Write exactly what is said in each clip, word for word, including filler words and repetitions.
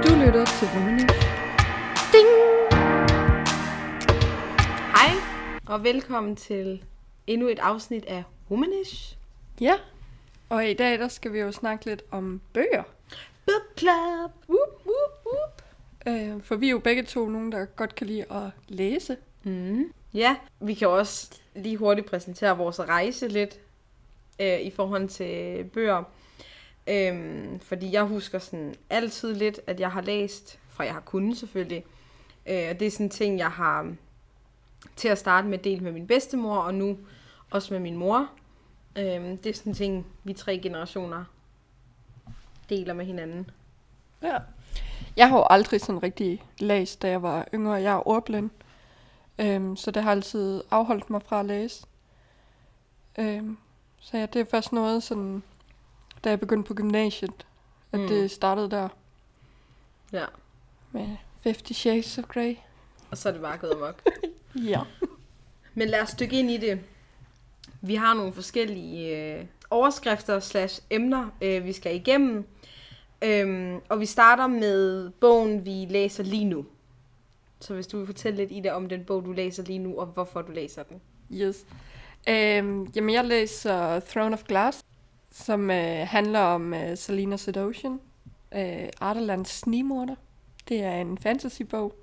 Du lytter til Womanish. Ding! Hej, og velkommen til endnu et afsnit af Womanish. Ja, og i dag der skal vi jo snakke lidt om bøger. Book Club! Whoop, whoop, whoop. Øh, for vi er jo begge to nogen, der godt kan lide at læse. Mm. Ja, vi kan også lige hurtigt præsentere vores rejse lidt øh, i forhold til bøger. Øhm, fordi jeg husker sådan altid lidt, at jeg har læst, for jeg har kunnet selvfølgelig. Øh, og det er sådan en ting, jeg har til at starte med delt med min bedstemor, og nu også med min mor. Øhm, det er sådan en ting, vi tre generationer deler med hinanden. Ja. Jeg har jo aldrig sådan rigtig læst, da jeg var yngre. Jeg er ordblind, øhm, så det har altid afholdt mig fra at læse. Øhm, så ja, det er først noget sådan, da jeg begyndte på gymnasiet, at mm. det startede der. Ja. Med Fifty Shades of Grey. Og så er det bare gået amok. Ja. Men lad os dykke ind i det. Vi har nogle forskellige øh, overskrifter slash emner, øh, vi skal igennem. Øhm, og vi starter med bogen, vi læser lige nu. Så hvis du vil fortælle lidt, Ida, om den bog, du læser lige nu, og hvorfor du læser den. Yes. Øhm, jamen, jeg læser Throne of Glass, som øh, handler om øh, Selena Sedocian, øh, Ardalands snigmorder. Det er en fantasybog.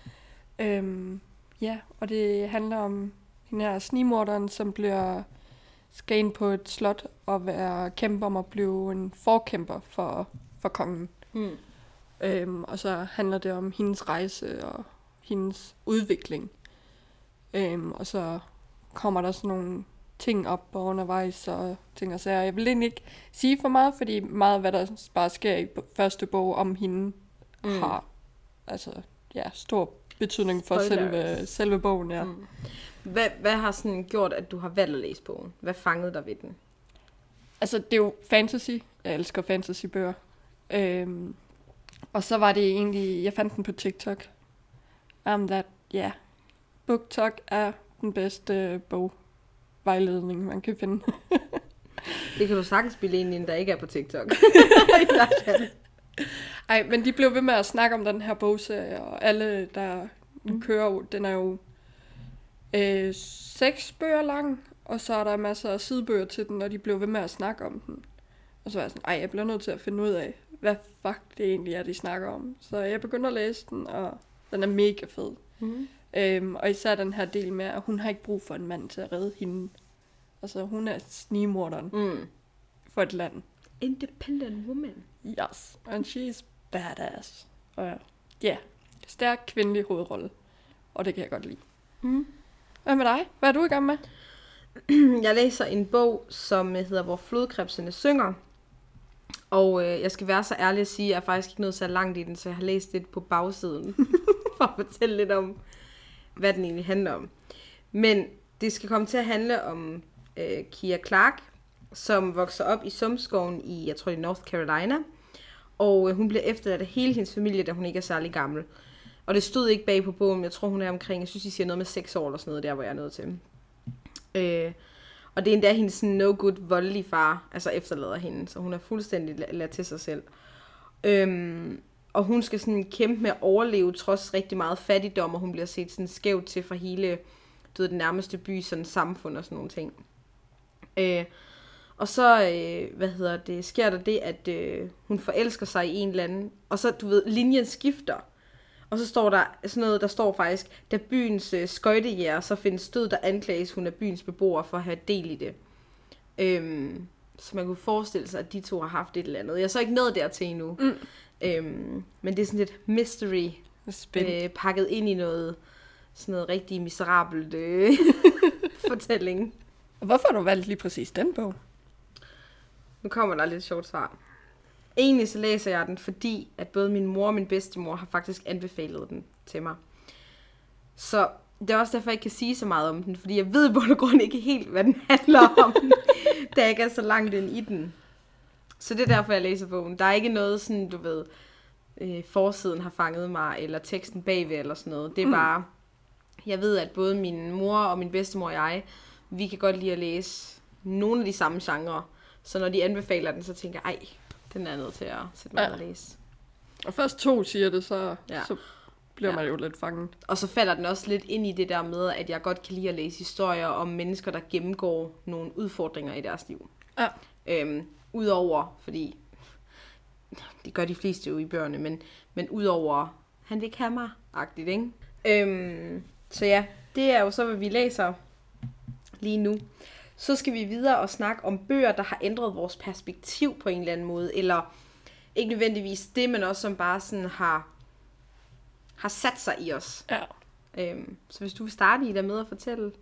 Øhm, ja, og det handler om den her snigmorderen, som bliver skal ind på et slot og være kæmper om at blive en forkæmper for, for kongen. Mm. Øhm, og så handler det om hendes rejse og hendes udvikling. Øhm, og så kommer der sådan nogle ting op og undervejs og ting og sager. Jeg vil egentlig ikke sige for meget, fordi meget af hvad der bare sker i første bog om hende mm. har altså ja, stor betydning for selve, selve bogen. Ja. Mm. Hvad, hvad har sådan gjort, at du har valgt at læse bogen? Hvad fangede dig ved den? Altså, det er jo fantasy. Jeg elsker fantasybøger. Øhm, og så var det egentlig, jeg fandt den på TikTok. Um, that, yeah. BookTok er den bedste bogvejledning, man kan finde. Det kan du sagtens bilde en, der ikke er på TikTok. Ej, men de blev ved med at snakke om den her bogserie, og alle, der mm. kører, den er jo øh, seks bøger lang, og så er der masser af sidebøger til den, og de blev ved med at snakke om den. Og så var jeg sådan, ej, jeg bliver nødt til at finde ud af, hvad fuck det egentlig er, de snakker om. Så jeg begyndte at læse den, og den er mega fed. Mm. Øhm, og især den her del med, at hun har ikke brug for en mand til at redde hende. Altså, hun er snigmorderen mm. for et land. Independent woman. Yes, and she's badass. Og ja, yeah. Stærk kvindelig hovedrolle. Og det kan jeg godt lide. Mm. Hvad med dig? Hvad er du i gang med? Jeg læser en bog, som hedder Hvor flodkrebsene synger. Og øh, jeg skal være så ærlig at sige, at jeg er faktisk ikke nået så langt i den, så jeg har læst lidt på bagsiden. For at fortælle lidt om, hvad den egentlig handler om. Men det skal komme til at handle om øh, Kia Clark, som vokser op i sumpskoven i, jeg tror det er North Carolina. Og øh, hun bliver efterladt af hele hendes familie, da hun ikke er særlig gammel. Og det stod ikke bag på bogen, jeg tror hun er omkring, jeg synes de siger noget med seks år eller sådan noget, der hvor jeg er nået til. Øh, og det er endda hendes sådan no good voldelige far, altså efterlader hende, så hun er fuldstændig ladt til sig selv. Øhm, og hun skal sådan kæmpe med at overleve, trods rigtig meget fattigdom, og hun bliver set sådan skævt til fra hele, du ved, den nærmeste by, sådan samfund og sådan nogle ting. Øh, og så, øh, hvad hedder det, sker der det, at øh, hun forelsker sig i en eller anden, og så, du ved, linjen skifter. Og så står der sådan noget, der står faktisk, da byens øh, skøjtejæger så findes død, der anklages hun af byens beboere for at have del i det. Øhm, så man kunne forestille sig, at de to har haft et eller andet. Jeg er så ikke nået dertil endnu. Mm. Øhm, men det er sådan lidt mystery, øh, pakket ind i noget, sådan noget rigtig miserabelt øh, fortælling. Og hvorfor har du valgt lige præcis den bog? Nu kommer der lidt sjovt svar. Egentlig så læser jeg den, fordi at både min mor og min bedstemor har faktisk anbefalet den til mig. Så det er også derfor, jeg ikke kan sige så meget om den, fordi jeg ved på grund ikke helt, hvad den handler om, da jeg ikke er så langt ind i den. Så det er derfor, jeg læser bogen. Der er ikke noget sådan, du ved, øh, forsiden har fanget mig, eller teksten bagved, eller sådan noget. Det er mm. bare, jeg ved, at både min mor og min bedstemor og jeg, vi kan godt lide at læse nogle af de samme genrer. Så når de anbefaler den, så tænker jeg, ej, den er nødt til at sætte mig ja. og læse. Og først to siger det, så, Ja. så bliver Ja. man jo lidt fanget. Og så falder den også lidt ind i det der med, at jeg godt kan lide at læse historier om mennesker, der gennemgår nogle udfordringer i deres liv. Ja. Øhm, udover, fordi det gør de fleste jo i bøgerne, men, men udover, han vil ikke have mig-agtigt, ikke? Øhm, så ja, det er jo så, hvad vi læser lige nu. Så skal vi videre og snakke om bøger, der har ændret vores perspektiv på en eller anden måde, eller ikke nødvendigvis det, men også som bare sådan har, har sat sig i os. Ja. Øhm, så hvis du vil starte i der med at fortælle.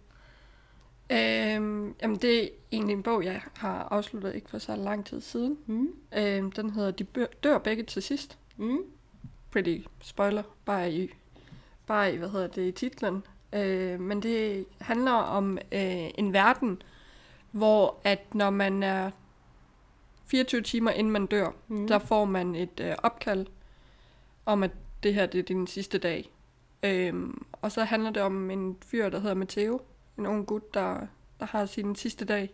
Øhm, jamen, det er egentlig en bog, jeg har afsluttet ikke for så lang tid siden. Mm. Øhm, den hedder De bør- dør begge til sidst. Mm. Pretty spoiler, bare i, bare i hvad hedder det, i titlen. Øh, men det handler om øh, en verden, hvor at når man er fireogtyve timer inden man dør, Mm. der får man et øh, opkald om, at det her det er din sidste dag. Øhm, og så handler det om en fyr, der hedder Matteo, en ung gut, der, der har sin sidste dag.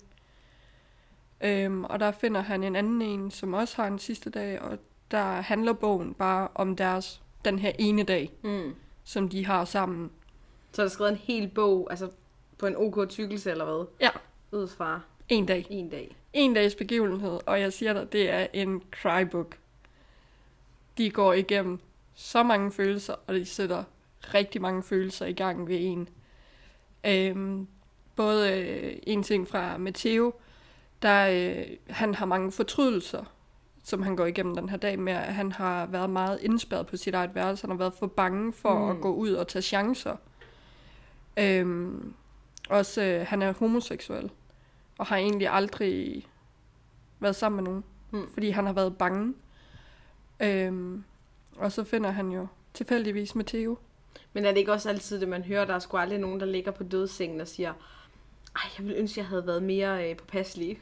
Øhm, og der finder han en anden en, som også har en sidste dag, og der handler bogen bare om deres, den her ene dag, Mm. som de har sammen. Så er der skrevet en hel bog, altså på en OK tykkelse eller hvad? Ja, Ud fra en dag. en dag. En dags begivenhed, og jeg siger dig, det er en crybook. De går igennem så mange følelser, og de sætter rigtig mange følelser i gang ved en. Øhm, både øh, en ting fra Matteo, der øh, han har mange fortrydelser, som han går igennem den her dag med, at han har været meget indspærret på sit eget værelse. Han har været for bange for Mm. at gå ud og tage chancer. Øhm, også, øh, han er homoseksuel, og har egentlig aldrig været sammen med nogen, Mm. fordi han har været bange. Øhm, og så finder han jo tilfældigvis Matteo. Men er det ikke også altid det, man hører, der er sgu aldrig nogen, der ligger på dødssengen og siger, ej, jeg ville ønske, jeg havde været mere øh, påpasselig.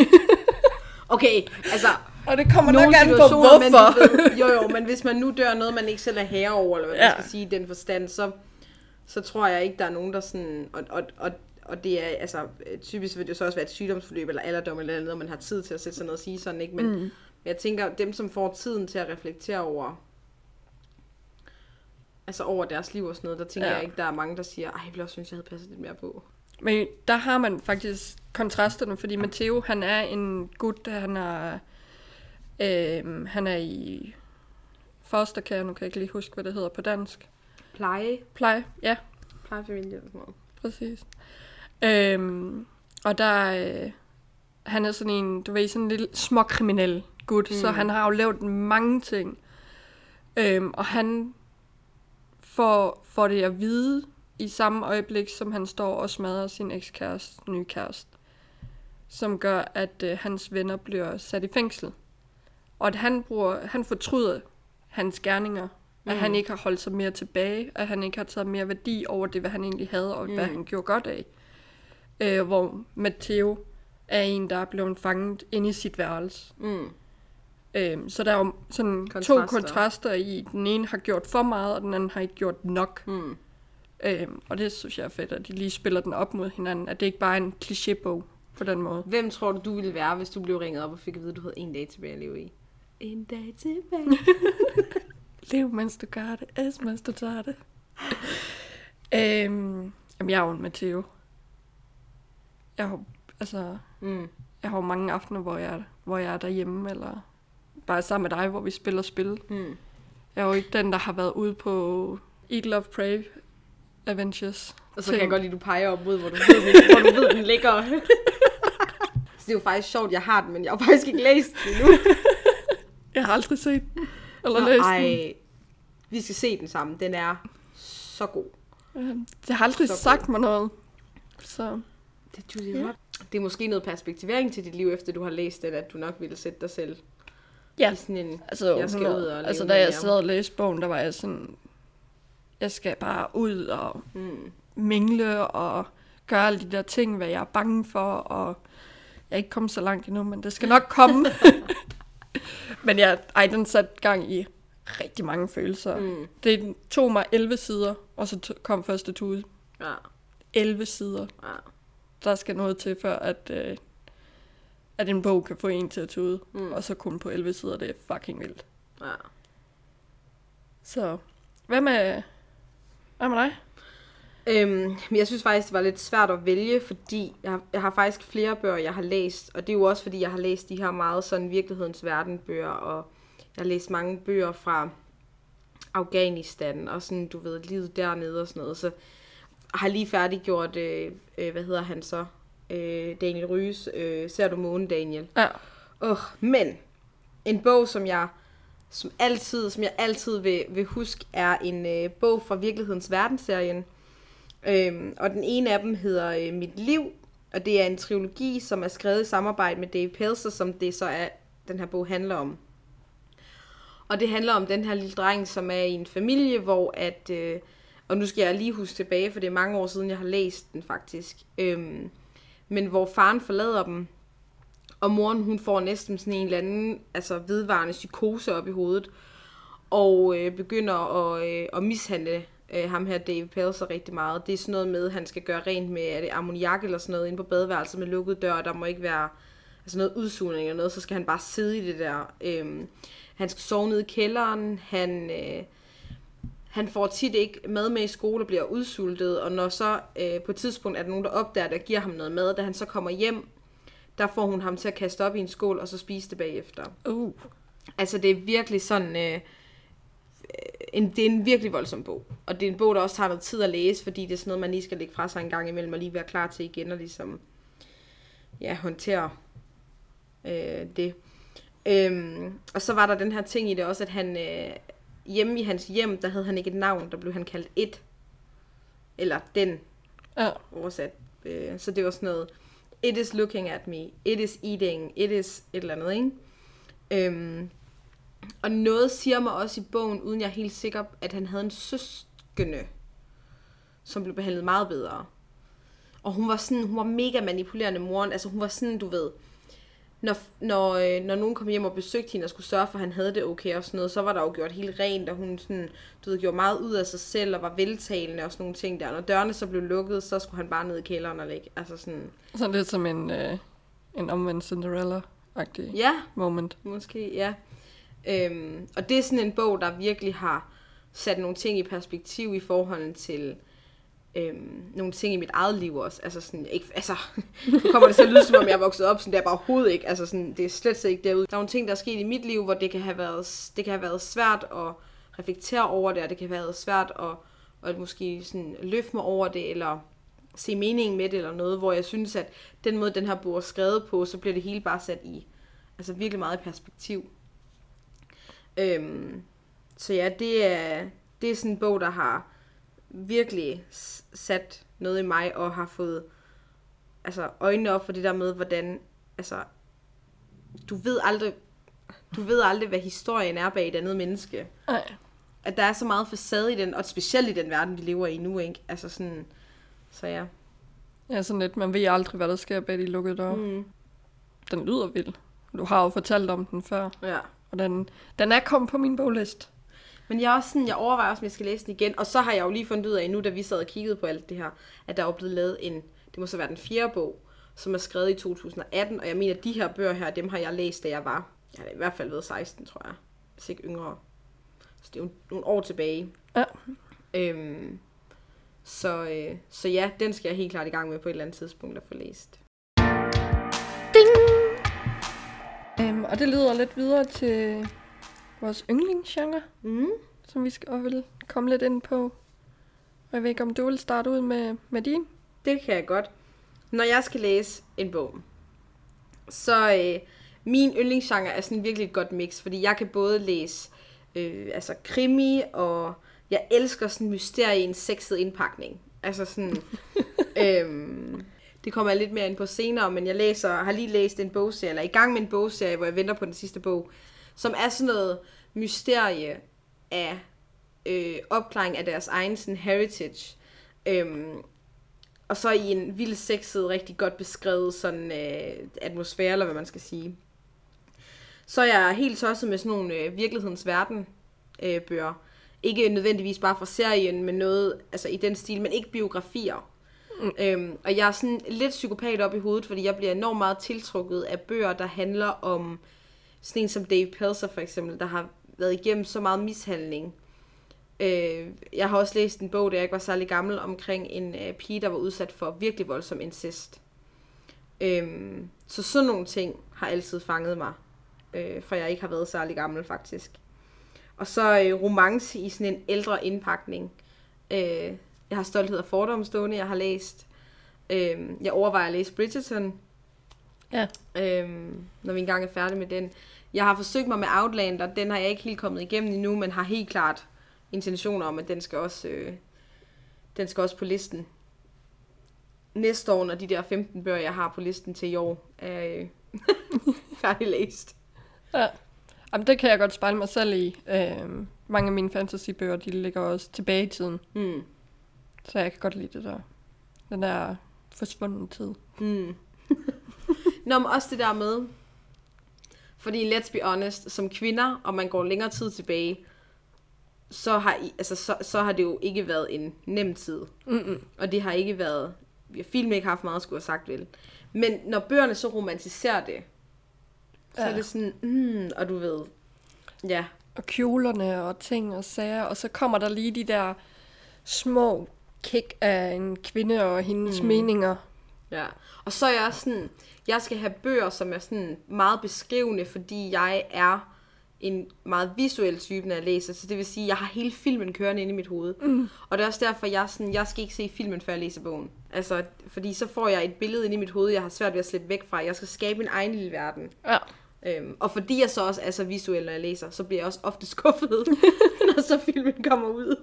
Okay, altså, Og det kommer nogle nok an på, situationer, men hvorfor. du ved, jo jo, men hvis man nu dør noget, man ikke selv er herre over, eller hvad ja. Ja. man skal sige i den forstand, så, så tror jeg ikke, der er nogen, der sådan, og, og, og, og det er, altså, typisk vil det jo så også være et sygdomsforløb, eller alderdom, eller noget, man har tid til at sætte sig ned og sige sådan, ikke? Men Mm. jeg tænker, dem, som får tiden til at reflektere over, altså over deres liv og sådan noget, der tænker Ja. ja. jeg ikke, der er mange, der siger, ej, jeg ville også synes, jeg havde passet lidt mere på. Men der har man faktisk kontrasterne, fordi Matteo, han er en gut, der han er, øh, han er i foster care, nu kan jeg ikke lige huske, hvad det hedder på dansk. Pleje, Pleje, ja, plejefamilie og sådan noget. præcis. Øhm, og der, øh, han er sådan en, du ved, sådan en lille småkriminel gut, mm. så han har jo lavet mange ting. Øhm, og han får, får det at vide i samme øjeblik, som han står og smadrer sin ekskæreste, nye kæreste, som gør, at øh, hans venner bliver sat i fængsel. Og at han, bruger, han fortryder hans gerninger, at Mm. han ikke har holdt sig mere tilbage, at han ikke har taget mere værdi over det, hvad han egentlig havde, og mm. hvad han gjorde godt af. Øh, hvor Matteo er en, der er blevet fanget inde i sit værelse. Mm. Øhm, så der er jo sådan Kontraster. to kontraster i, den ene har gjort for meget, og den anden har ikke gjort nok. Mm. Øhm, og det synes jeg er fedt, at de lige spiller den op mod hinanden, at det ikke bare er en klichébog på den måde. Hvem tror du, du ville være, hvis du blev ringet op og fik at vide, at du havde en dag tilbage at leve i? En dag tilbage. Lev, mens du gør det. Es, mens du tager det. øhm, jamen, jeg er jo en Matteo. Jeg har, altså, Mm. jeg har jo mange aftener, hvor jeg, hvor jeg er derhjemme, eller bare sammen med dig, hvor vi spiller spil. Mm. Jeg er jo ikke den, der har været ude på Eat, Love, Pray Adventures. Og så kan jeg godt lide, at du peger op mod, hvor du ved, den, hvor du ved, den ligger. Så det er jo faktisk sjovt, jeg har den, men jeg har jo faktisk ikke læst den endnu. Jeg har aldrig set den, eller Nå, læst den. ej, vi skal se den sammen. Den er så god. Øhm, Det har aldrig Så sagt mig noget. Så Det, du, det, er det er måske noget perspektivering til dit liv, efter du har læst den, at du nok ville sætte dig selv ja, i sådan en, altså, jeg skal ud og leve altså da noget jeg mere. sad og læste bogen, der var jeg sådan, jeg skal bare ud og Mm. mingle og gøre alle de der ting, hvad jeg er bange for, og jeg er ikke kommet så langt endnu, men det skal nok komme. Men ja, ej, den satte gang i rigtig mange følelser. Mm. Det tog mig elleve sider, og så t- kom første tude. Ja, elleve sider. ja. Der skal noget til, før at, øh, at en bog kan få en til at tude. Mm. Og så kun på elleve sider, det er fucking vildt. Ja. Så, hvad med, hvad med dig? Øhm, men jeg synes faktisk, det var lidt svært at vælge, fordi jeg har, jeg har faktisk flere bøger, jeg har læst, og det er jo også, fordi jeg har læst de her meget sådan virkelighedens verdenbøger, og jeg har læst mange bøger fra Afghanistan, og sådan, du ved, livet dernede og sådan noget, så har lige færdiggjort, øh, øh, hvad hedder han så, øh, Daniel Rygges, øh, Ser du månen, Daniel? Ja. Uh, men en bog, som jeg som altid, som jeg altid vil, vil huske, er en øh, bog fra Virkelighedens Verdensserien. Øhm, og den ene af dem hedder øh, Mit Liv, og det er en trilogi, som er skrevet i samarbejde med Dave Pelzer, som det så er, den her bog handler om. Og det handler om den her lille dreng, som er i en familie, hvor at, øh, og nu skal jeg lige huske tilbage, for det er mange år siden, jeg har læst den faktisk, øhm, men hvor faren forlader dem, og moren, hun får næsten sådan en eller anden, altså vedvarende psykose op i hovedet, og øh, begynder at, øh, at mishandle øh, ham her, Dave Pelzer, rigtig meget. Det er sådan noget med, at han skal gøre rent med, er det ammoniak eller sådan noget, inde på badeværelset med lukket dør, der må ikke være altså noget udsugning eller noget, så skal han bare sidde i det der. Øhm, han skal sove nede i kælderen, han, øh, han får tit ikke mad med i skole og bliver udsultet, og når så øh, på et tidspunkt er der nogen, der opdager, der giver ham noget mad, da han så kommer hjem, der får hun ham til at kaste op i en skål, og så spise det bagefter. Uh. Altså, det er virkelig sådan, øh, en, det er en virkelig voldsom bog. Og det er en bog, der også tager noget tid at læse, fordi det er sådan noget, man lige skal lægge fra sig en gang imellem, og lige være klar til igen, og ligesom, ja, håndtere øh, det. Øhm, og så var der den her ting i det også, at han, øh, hjemme i hans hjem, der havde han ikke et navn, der blev han kaldt et. Eller den, Ja. oversat. Øh, så det var sådan noget, it is looking at me, it is eating, it is et eller andet, ikke? Øhm, og noget siger mig også i bogen, uden jeg er helt sikker, at han havde en søskende, som blev behandlet meget bedre. Og hun var sådan, hun var mega manipulerende moren, altså hun var sådan, du ved, når, når, øh, når nogen kom hjem og besøgte hende og skulle sørge for, at han havde det okay og sådan noget, så var der jo gjort helt rent, og hun sådan, du ved, gjorde meget ud af sig selv og var veltalende og sådan nogle ting der. Når dørene så blev lukket, så skulle han bare ned i kælderen og ligge. Altså sådan. Sådan lidt som en, øh, en omvendt Cinderella-agtig Ja, moment. måske, ja. Øhm, og det er sådan en bog, der virkelig har sat nogle ting i perspektiv i forhold til øhm, nogle ting i mit eget liv også. Altså sådan, ikke, altså, nu kommer det så at lyde, som om jeg er vokset op, sådan det er bare overhovedet ikke. Altså sådan, det er slet slet ikke derude. Der er nogle ting, der er sket i mit liv, hvor det kan have været, det kan have været svært at reflektere over det, og det kan have været svært at, at måske sådan løfte mig over det, eller se meningen med det, eller noget, hvor jeg synes, at den måde, den her bog er skrevet på, så bliver det hele bare sat i, altså virkelig meget i perspektiv. Øhm, så ja, det er, det er sådan en bog, der har virkelig sat noget i mig, og har fået altså, øjnene op for det der med, hvordan, altså, du ved aldrig, du ved aldrig, hvad historien er bag et andet menneske. Nej. At der er så meget facade i den, og specielt i den verden, vi lever i nu, ikke? Altså sådan, så ja. Ja, sådan lidt, man ved aldrig, hvad der sker bag de lukkede døre. Mm. Den lyder vild. Du har jo fortalt om den før. Ja. Og den, den er kommet på min bogliste. Men jeg er også sådan, jeg overvejer også, om jeg skal læse den igen. Og så har jeg jo lige fundet ud af nu, da vi sad og kiggede på alt det her, at der er jo blevet lavet en, det må så være den fjerde bog, som er skrevet i to tusind og atten. Og jeg mener, at de her bøger her, dem har jeg læst, da jeg var, jeg har i hvert fald været seksten, tror jeg. Hvis ikke yngre. Så det er jo nogle år tilbage. Ja. Øhm, så, øh, så ja, den skal jeg helt klart i gang med på et eller andet tidspunkt at få læst. Ding! Øhm, og det leder lidt videre til vores yndlingsgenre, Mm. som vi skal og vil komme lidt ind på. Og jeg ved ikke, om du vil starte ud med, med din? Det kan jeg godt. Når jeg skal læse en bog, så øh, min yndlingsgenre er sådan virkelig et godt mix, fordi jeg kan både læse øh, altså krimi, og jeg elsker sådan mysterie i en sexet indpakning. Altså sådan, øhm, det kommer jeg lidt mere ind på senere, men jeg læser, har lige læst en bogserie, eller er i gang med en bogserie, hvor jeg venter på den sidste bog, som er sådan noget mysterie af øh, opklaring af deres egen sådan heritage. Øhm, og så i en vild sexet, rigtig godt beskrevet sådan øh, atmosfære, eller hvad man skal sige. Så er jeg helt tosset med sådan nogle øh, virkelighedens verden øh, bøger. Ikke nødvendigvis bare fra serien, men noget altså i den stil, men ikke biografier. Mm. Øhm, og jeg er sådan lidt psykopat op i hovedet, fordi jeg bliver enormt meget tiltrukket af bøger, der handler om sådan en som Dave Pelzer for eksempel, der har været igennem så meget mishandling, Øh, jeg har også læst en bog, da jeg ikke var særlig gammel, omkring en øh, pige, der var udsat for virkelig voldsom incest. Øh, så sådan nogle ting har altid fanget mig, øh, for jeg ikke har været særlig gammel faktisk. Og så øh, romance i sådan en ældre indpakning. Øh, jeg har Stolthed og Fordom stående, jeg har læst. Øh, jeg overvejer at læse Bridgerton, Ja. øh, når vi engang er færdige med den. Jeg har forsøgt mig med Outlander, den har jeg ikke helt kommet igennem endnu, men har helt klart intentioner om, at den skal også, øh, den skal også på listen. Næste år, når de der femten bøger, jeg har på listen til i år, er øh, færdiglæst. Ja. Jamen, det kan jeg godt spejle mig selv i. Øh, mange af mine fantasybøger, de ligger også tilbage i tiden. Mm. Så jeg kan godt lide det der. Den der forsvundne tid. Mm. Nå, men også det der med, fordi let's be honest, som kvinder, og man går længere tid tilbage, så har, I, altså, så, så har det jo ikke været en nem tid. Mm-mm. Og det har ikke været, filmen ikke haft meget at skulle have sagt vel. Men når bøgerne så romantiserer det, så ja. er det sådan, mm, og du ved, ja. Og kjolerne og ting og sager, og så kommer der lige de der små kick af en kvinde og hendes mm. meninger. Ja, og så er jeg sådan, jeg skal have bøger, som er sådan meget beskrivende, fordi jeg er en meget visuel type, når jeg læser. Så det vil sige, at jeg har hele filmen kørende inde i mit hoved. Mm. Og det er også derfor, jeg, sådan, jeg skal ikke se filmen, før jeg læser bogen. Altså, fordi så får jeg et billede inde i mit hoved, jeg har svært ved at slippe væk fra. Jeg skal skabe min egen lille verden. Ja. Øhm, og fordi jeg så også er så visuel, når jeg læser, så bliver jeg også ofte skuffet, når så filmen kommer ud.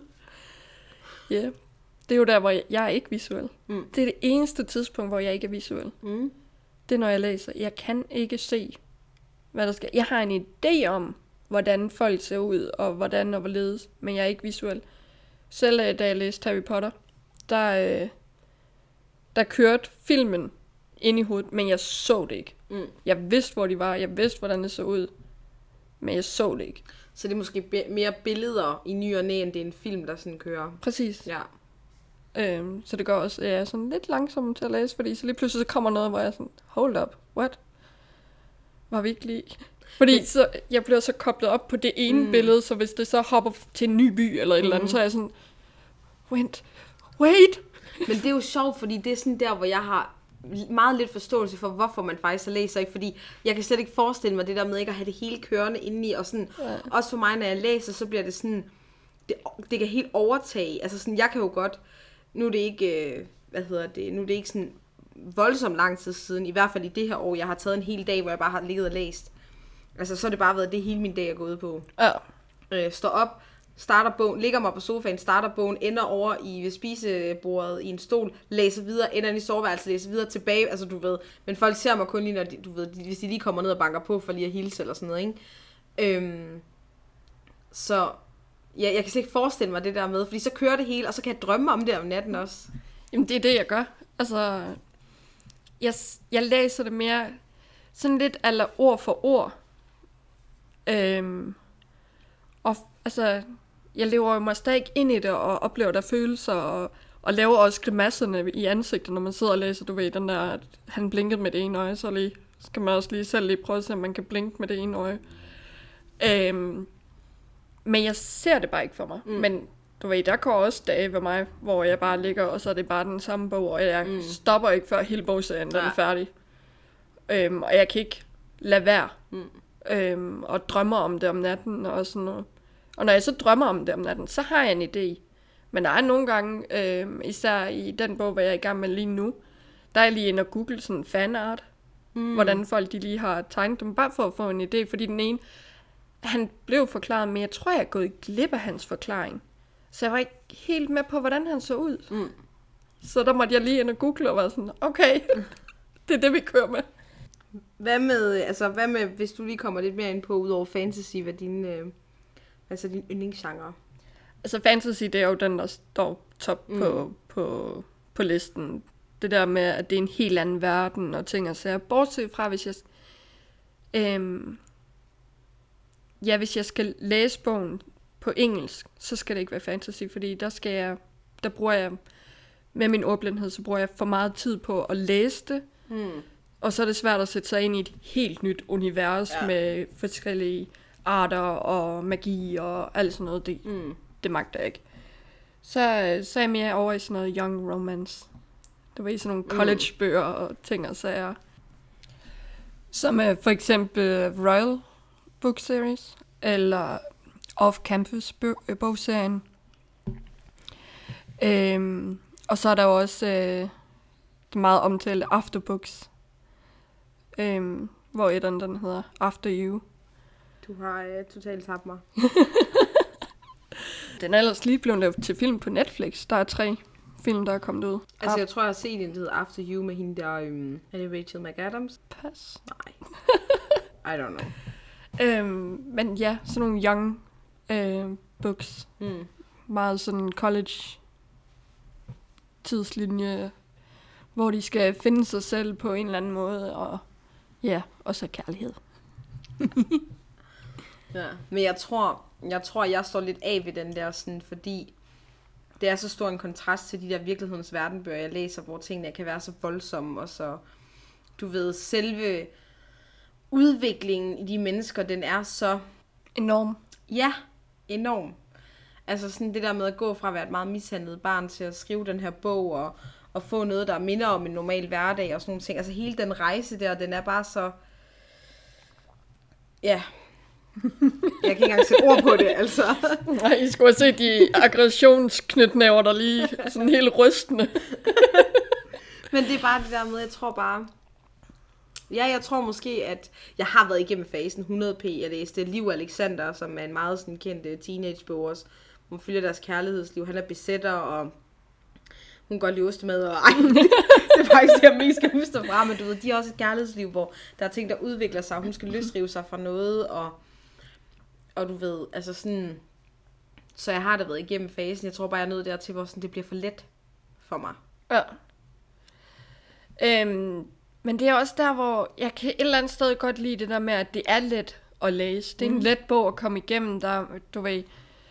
Ja, yeah. Det er jo der, hvor jeg, jeg er ikke visuel. Mm. Det er det eneste tidspunkt, hvor jeg ikke er visuel. Mm. Det er, når jeg læser. Jeg kan ikke se, hvad der skal. Jeg har en idé om, hvordan folk ser ud, og hvordan og hvorledes, men jeg er ikke visuel. Selv da jeg læste Harry Potter, der, øh, der kørte filmen ind i hovedet, men jeg så det ikke. Mm. Jeg vidste, hvor de var, jeg vidste, hvordan det så ud, men jeg så det ikke. Så det er måske be- mere billeder i ny og næ, end det er en film, der sådan kører. Præcis. Ja. Øhm, så det går også, jeg er sådan lidt langsom til at læse, fordi så lige pludselig så kommer noget, hvor jeg er sådan, hold up, what? Var vi ikke lige... Fordi så, jeg bliver så koblet op på det ene mm. billede, så hvis det så hopper til en ny by eller et mm. eller andet, så er jeg sådan, wait, wait. Men det er jo sjovt, fordi det er sådan der, hvor jeg har meget lidt forståelse for, hvorfor man faktisk så læser, ikke? Fordi jeg kan slet ikke forestille mig det der med ikke at have det hele kørende indeni, og sådan, ja. Også for mig, når jeg læser, så bliver det sådan, det, det kan helt overtage, altså sådan, jeg kan jo godt, nu er det ikke, hvad hedder det, nu er det ikke sådan voldsomt lang tid siden, i hvert fald i det her år, jeg har taget en hel dag, hvor jeg bare har ligget og læst. Altså, så har det bare været det hele min dag er gået på. Ja. Øh, står op, starter bogen, ligger mig på sofaen, starter bogen, ender over i ved spisebordet i en stol, læser videre, ender i soveværelset, læser videre tilbage, altså du ved. Men folk ser mig kun lige, når de, du ved, hvis de lige kommer ned og banker på for lige at hilse eller sådan noget, ikke? Øhm, så ja, jeg kan slet ikke forestille mig det der med, fordi så kører det hele, og så kan jeg drømme om det om natten også. Jamen, det er det, jeg gør. Altså, jeg, jeg læser det mere sådan lidt eller ord for ord. Øhm, og altså, jeg lever jo mig stadig ind i det, og oplever der følelser, og, og laver også grimasserne i ansigtet, når man sidder og læser, du ved, den der, at han blinkede med det ene øje, så lige, skal man også lige selv lige prøve at se, om man kan blinke med det ene øje. Øhm, men jeg ser det bare ikke for mig. Mm. Men du ved, der går også dage ved mig, hvor jeg bare ligger, og så er det bare den samme bog, og jeg mm. stopper ikke før hele bogserien, der ja. er færdig. Øhm, og jeg kan ikke lade være. Mm. Øhm, og drømmer om det om natten og sådan noget. Og når jeg så drømmer om det om natten, så har jeg en idé. Men der er nogle gange, øhm, især i den bog, hvor jeg er i gang med lige nu, der er jeg lige inde og google sådan fanart. Mm. Hvordan folk de lige har tegnet dem, bare for at få en idé. Fordi den ene, han blev forklaret, men jeg tror, jeg er gået glip af hans forklaring. Så jeg var ikke helt med på, hvordan han så ud. Mm. Så der måtte jeg lige ind og google og være sådan, okay, det er det, vi kører med. Hvad med, altså, hvad med, hvis du lige kommer lidt mere ind på, ud over fantasy, hvad din, øh, altså din yndlingsgenre? Altså fantasy, det er jo den, der står top mm. på, på, på listen. Det der med, at det er en helt anden verden og ting og sager. Bortset fra, hvis jeg... Øhm, ja, hvis jeg skal læse bogen på engelsk, så skal det ikke være fantasy, fordi der skal jeg... Der bruger jeg... Med min ordblindhed, så bruger jeg for meget tid på at læse det. Mm. Og så er det svært at sætte sig ind i et helt nyt univers ja. med forskellige arter og magi og alt sådan noget. Det, mm. det magter jeg ikke. Så, så er jeg mere over i sådan noget young romance. Det var i sådan nogle college-bøger og ting og sager. Som er for eksempel Royal Book Series, eller Off-Campus bogserien. Øhm, og så er der jo også øh, det meget omtalte Afterbooks, øhm, hvor etteren den hedder After You. Du har øh, totalt tabt mig. Den er ellers lige blevet lavet til film på Netflix. Der er tre film, der er kommet ud. Altså, jeg tror, jeg har set en, der hedder After You med hende der... Um, er det Rachel McAdams? Pas. Nej. I don't know. Øhm, men ja, sådan nogle young øh, books. Mm. Meget sådan college tidslinje, hvor de skal finde sig selv på en eller anden måde, og ja, og så kærlighed. Ja, men jeg tror, jeg tror, jeg står lidt af ved den der, sådan, fordi det er så stor en kontrast til de der virkelighedens verdenbøger, jeg læser, hvor tingene kan være så voldsomme, og så, du ved, selve udviklingen i de mennesker, den er så... Enorm. Ja, enorm. Altså sådan det der med at gå fra at være et meget mishandlet barn til at skrive den her bog, og, og få noget, der minder om en normal hverdag, og sådan nogle ting. Altså hele den rejse der, den er bare så... Ja... Jeg kan ikke engang sætte ord på det, altså. Nej, I skulle have set de aggressionsknytnæver, der lige sådan helt rystende. Men det er bare det der med, jeg tror bare... Ja, jeg tror måske, at jeg har været igennem fasen hundrede p. Jeg læste Liv Alexander, som er en meget sådan kendt teenagebog også. Hun følger deres kærlighedsliv. Han er besætter, og hun kan godt lide ostemad. Og... Ej, det er faktisk det, jeg mest skal huske derfra. Men du ved, de har også et kærlighedsliv, hvor der er ting, der udvikler sig. Hun skal løsrive sig fra noget, og... Og du ved, altså sådan... Så jeg har da været igennem fasen. Jeg tror bare, jeg er nødt dertil, hvor sådan, det bliver for let for mig. Ja. Øhm, men det er også der, hvor jeg kan et eller andet sted godt lide det der med, at det er let at læse. Det er mm. en let bog at komme igennem, der, du ved...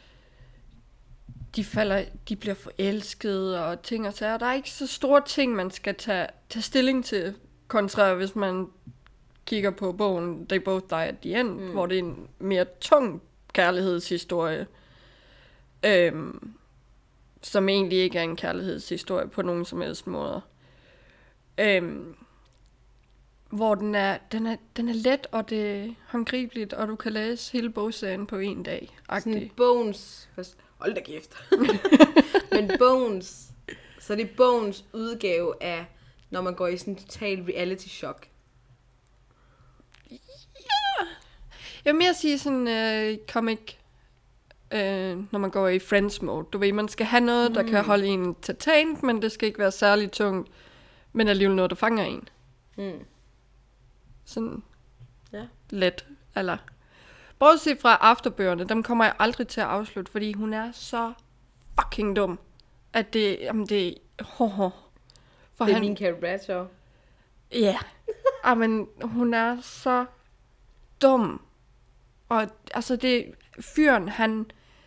De, falder, de bliver forelskede og ting og sager. Der er ikke så store ting, man skal tage, tage stilling til, kontra hvis man... kigger på bogen They Both Die at the End, mm. hvor det er en mere tung kærlighedshistorie, øhm, som egentlig ikke er en kærlighedshistorie på nogen som helst måde. Øhm, hvor den er, den, er, den er let, og det er håndgribeligt, og du kan læse hele bogserien på en dag. Sådan bogens... Hold da kæft. Men bogens... Så det er bogens udgave af, når man går i sådan en total reality shock. Jeg vil mere sige sådan øh, comic, øh, når man går i friends mode. Du ved, man skal have noget, der mm. kan holde en entertained, men det skal ikke være særlig tungt, men alligevel noget, der fanger en. Mm. Sådan ja. Let. Eller. Bortset fra afterbøgerne, dem kommer jeg aldrig til at afslutte, fordi hun er så fucking dum, at det, jamen det, ho, ho. For det er han, min Carrie Bradshaw. Ja, yeah. Men hun er så dum. Og altså det, fyren, han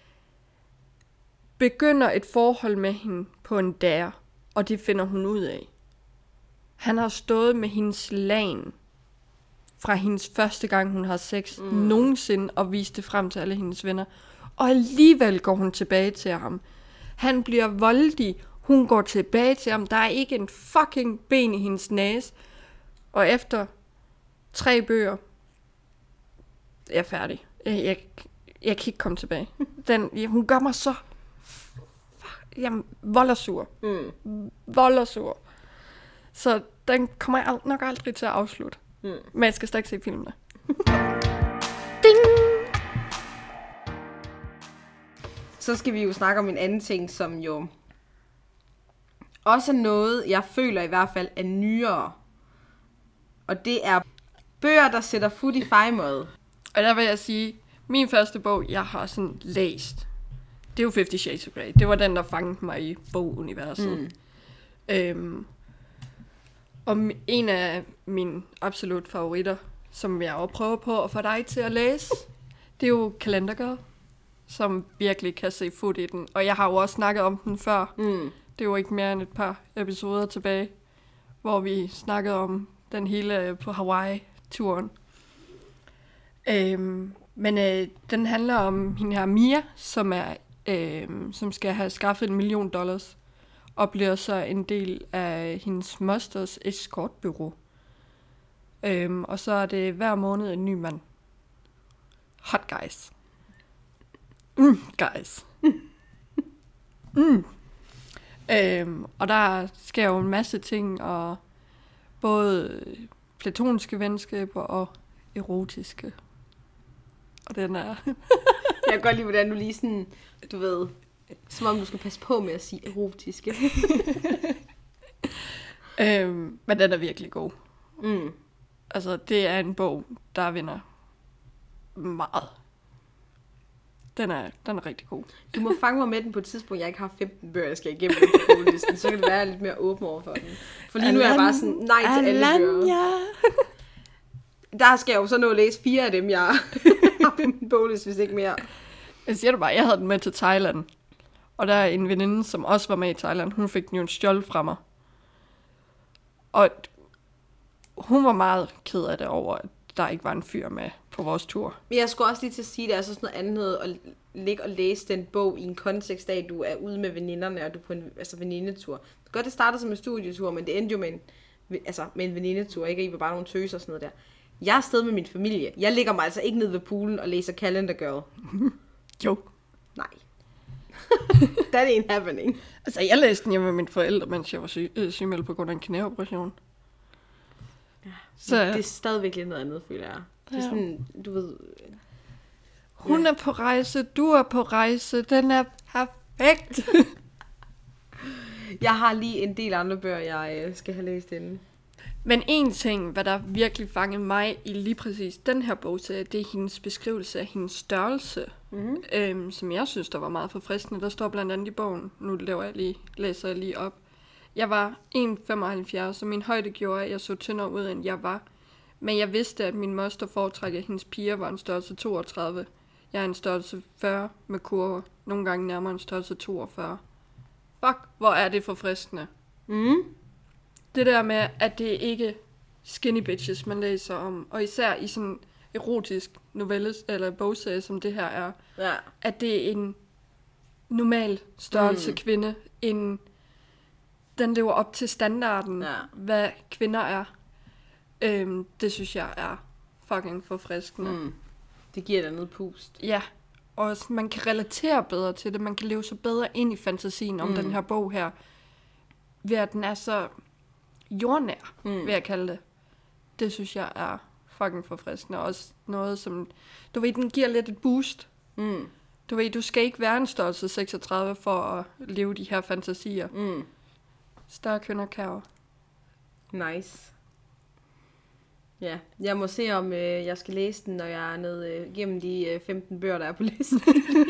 begynder et forhold med hende på en dag, og det finder hun ud af. Han har stået med hendes lagen fra hendes første gang, hun har sex mm. nogensinde, og vist det frem til alle hendes venner. Og alligevel går hun tilbage til ham. Han bliver voldelig. Hun går tilbage til ham. Der er ikke en fucking ben i hendes næse. Og efter tre bøger, jeg er færdig. Jeg, jeg, jeg kan ikke komme tilbage. Den, ja, hun gør mig så jamen, voldersur. Mm. Voldersur. Så den kommer jeg nok aldrig til at afslutte. Mm. Men jeg skal stadig se filmene. Ding! Så skal vi jo snakke om en anden ting, som jo også er noget, jeg føler i hvert fald er nyere. Og det er bøger, der sætter fod i fejmåde. Og der vil jeg sige, min første bog, jeg har sådan læst, det er jo Fifty Shades of Grey. Det var den, der fangede mig i boguniverset. Mm. Øhm, og en af mine absolut favoritter, som jeg også prøver på at få dig til at læse, det er jo Calendar Girl, som virkelig kan se fod i den. Og jeg har jo også snakket om den før. Mm. Det er jo ikke mere end et par episoder tilbage, hvor vi snakkede om den hele på Hawaii-turen. Øhm, men øh, den handler om hende her Mia, som er øh, som skal have skaffet en million dollars, og bliver så en del af hendes mosters escortbureau. Øh, og så er det hver måned en ny mand. Hot guys. Mm, guys. Mm. Øhm, og der sker jo en masse ting, og både platoniske venskaber og erotiske. Og den er... Jeg kan godt lide, hvordan du lige sådan, du ved, som om du skal passe på med at sige erotiske. øhm, men den er virkelig god. Mm. Altså, det er en bog, der vinder meget. Den er, den er rigtig god. Du må fange mig med den på et tidspunkt, jeg ikke har femten bøger, jeg skal igennem på boglisten, så kan det være, jeg er lidt mere åben over for den. For lige nu er jeg bare sådan, nej til alle bøger. Der skal jeg jo så nå at læse fire af dem, jeg har på min bogliste, hvis ikke mere. Jeg siger det bare, jeg havde den med til Thailand. Og der er en veninde, som også var med i Thailand. Hun fik den jo en stjålet fra mig. Og hun var meget ked af det over, at der ikke var en fyr med på vores tur. Men jeg skulle også lige til at sige, at det er så sådan noget andet at ligge og læse den bog i en kontekst af, at du er ude med veninderne, og du er på en altså venindetur. Det er godt, det startede som en studietur, men det endte jo med en, altså med en venindetur, ikke? I var bare nogle tøser og sådan noget der. Jeg er afsted med min familie. Jeg ligger mig altså ikke ned ved poolen og læser Calendar Girl. Jo. Nej. That ain't happening. Altså, jeg læste den hjemme med mine forældre, mens jeg var syg, øh, sygemeldt på grund af en knæoperation. Ja, så det er stadigvæk lidt noget andet, føler jeg. Det er ja. sådan, du ved... Hun ja. er på rejse, du er på rejse, den er perfekt. Jeg har lige en del andre bøger, jeg øh, skal have læst inden. Men en ting, hvad der virkelig fangede mig i lige præcis den her bogserie, det er hendes beskrivelse af hendes størrelse, mm-hmm. øhm, som jeg synes, der var meget forfriskende. Der står blandt andet i bogen, nu laver jeg lige, læser jeg lige op. Jeg var en komma femoghalvfjerds, og min højde gjorde, at jeg så tyndere ud, end jeg var. Men jeg vidste, at min moster foretræk af hendes piger var en størrelse toogtredive. Jeg er en størrelse fyrre med kurver, nogle gange nærmere en størrelse toogfyrre. Fuck, hvor er det forfriskende. Mm. Det der med, at det ikke er skinny bitches, man læser om, og især i sådan erotisk novelle eller bogserie, som det her er, ja. at det er en normal størrelse mm. kvinde, en, den lever op til standarden, ja. hvad kvinder er. Øhm, det synes jeg er fucking forfriskende. Mm. Det giver dig noget pust. Ja, og man kan relatere bedre til det, man kan leve så bedre ind i fantasien om mm. den her bog her, ved at den er så jordnær, mm. vil jeg kalde det. Det synes jeg er fucking forfriskende. Også noget, som... Du ved, den giver lidt et boost. Mm. Du ved, du skal ikke være en størrelse seksogtredive for at leve de her fantasier. Mm. Større kvinder kan jo. Nice. Ja, jeg må se, om øh, jeg skal læse den, når jeg er nede øh, gennem de øh, femten bøger, der er på listen.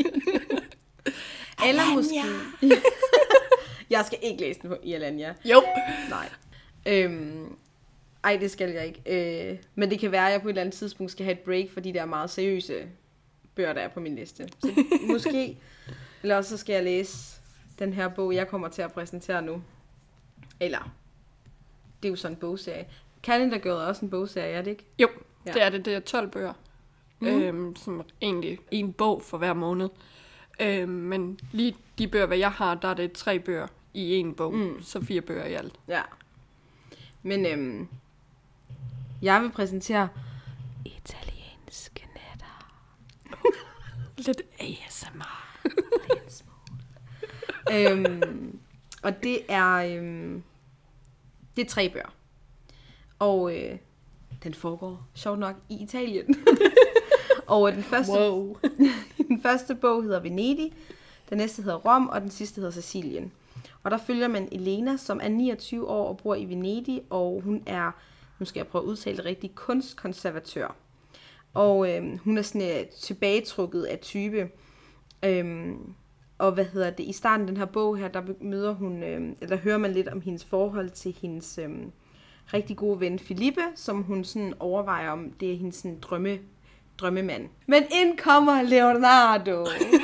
Eller måske... Jeg skal ikke læse den på i Alanya. Jo. Nej. Øhm, ej, det skal jeg ikke. Øh, men det kan være, at jeg på et eller andet tidspunkt skal have et break for de der meget seriøse bøger, der er på min liste. Så måske. Eller også så skal jeg læse den her bog, jeg kommer til at præsentere nu. Eller, det er jo sådan en bogserie. Calendar Girl er også en bogserie, er det ikke? Jo, ja. Det er det. Det er tolv bøger. Mm-hmm. Øhm, som egentlig en bog for hver måned. Øhm, men lige de bøger, hvad jeg har, der er det tre bøger i en bog. Mm. Så fire bøger i alt. Ja. Men øhm, jeg vil præsentere italienske nætter. Lidt A S M R. Lidt smule. øhm, og det er, øhm, det er tre bøger. Og øh, den foregår sjovt nok i Italien. Og den første, wow. den første bog hedder Venedig, den næste hedder Rom, og den sidste hedder Sicilien. Og der følger man Elena, som er niogtyve år og bor i Venedig, og hun er, nu skal jeg prøve at udtale det rigtigt, kunstkonservatør. Og øh, hun er sådan uh, tilbagetrukket af type. Øhm, og hvad hedder det, i starten af den her bog her, der møder hun, øh, eller hører man lidt om hendes forhold til hendes øh, rigtig gode ven Filippe, som hun sådan overvejer om, det er hendes sådan drømme, drømmemand. Men ind kommer Leonardo.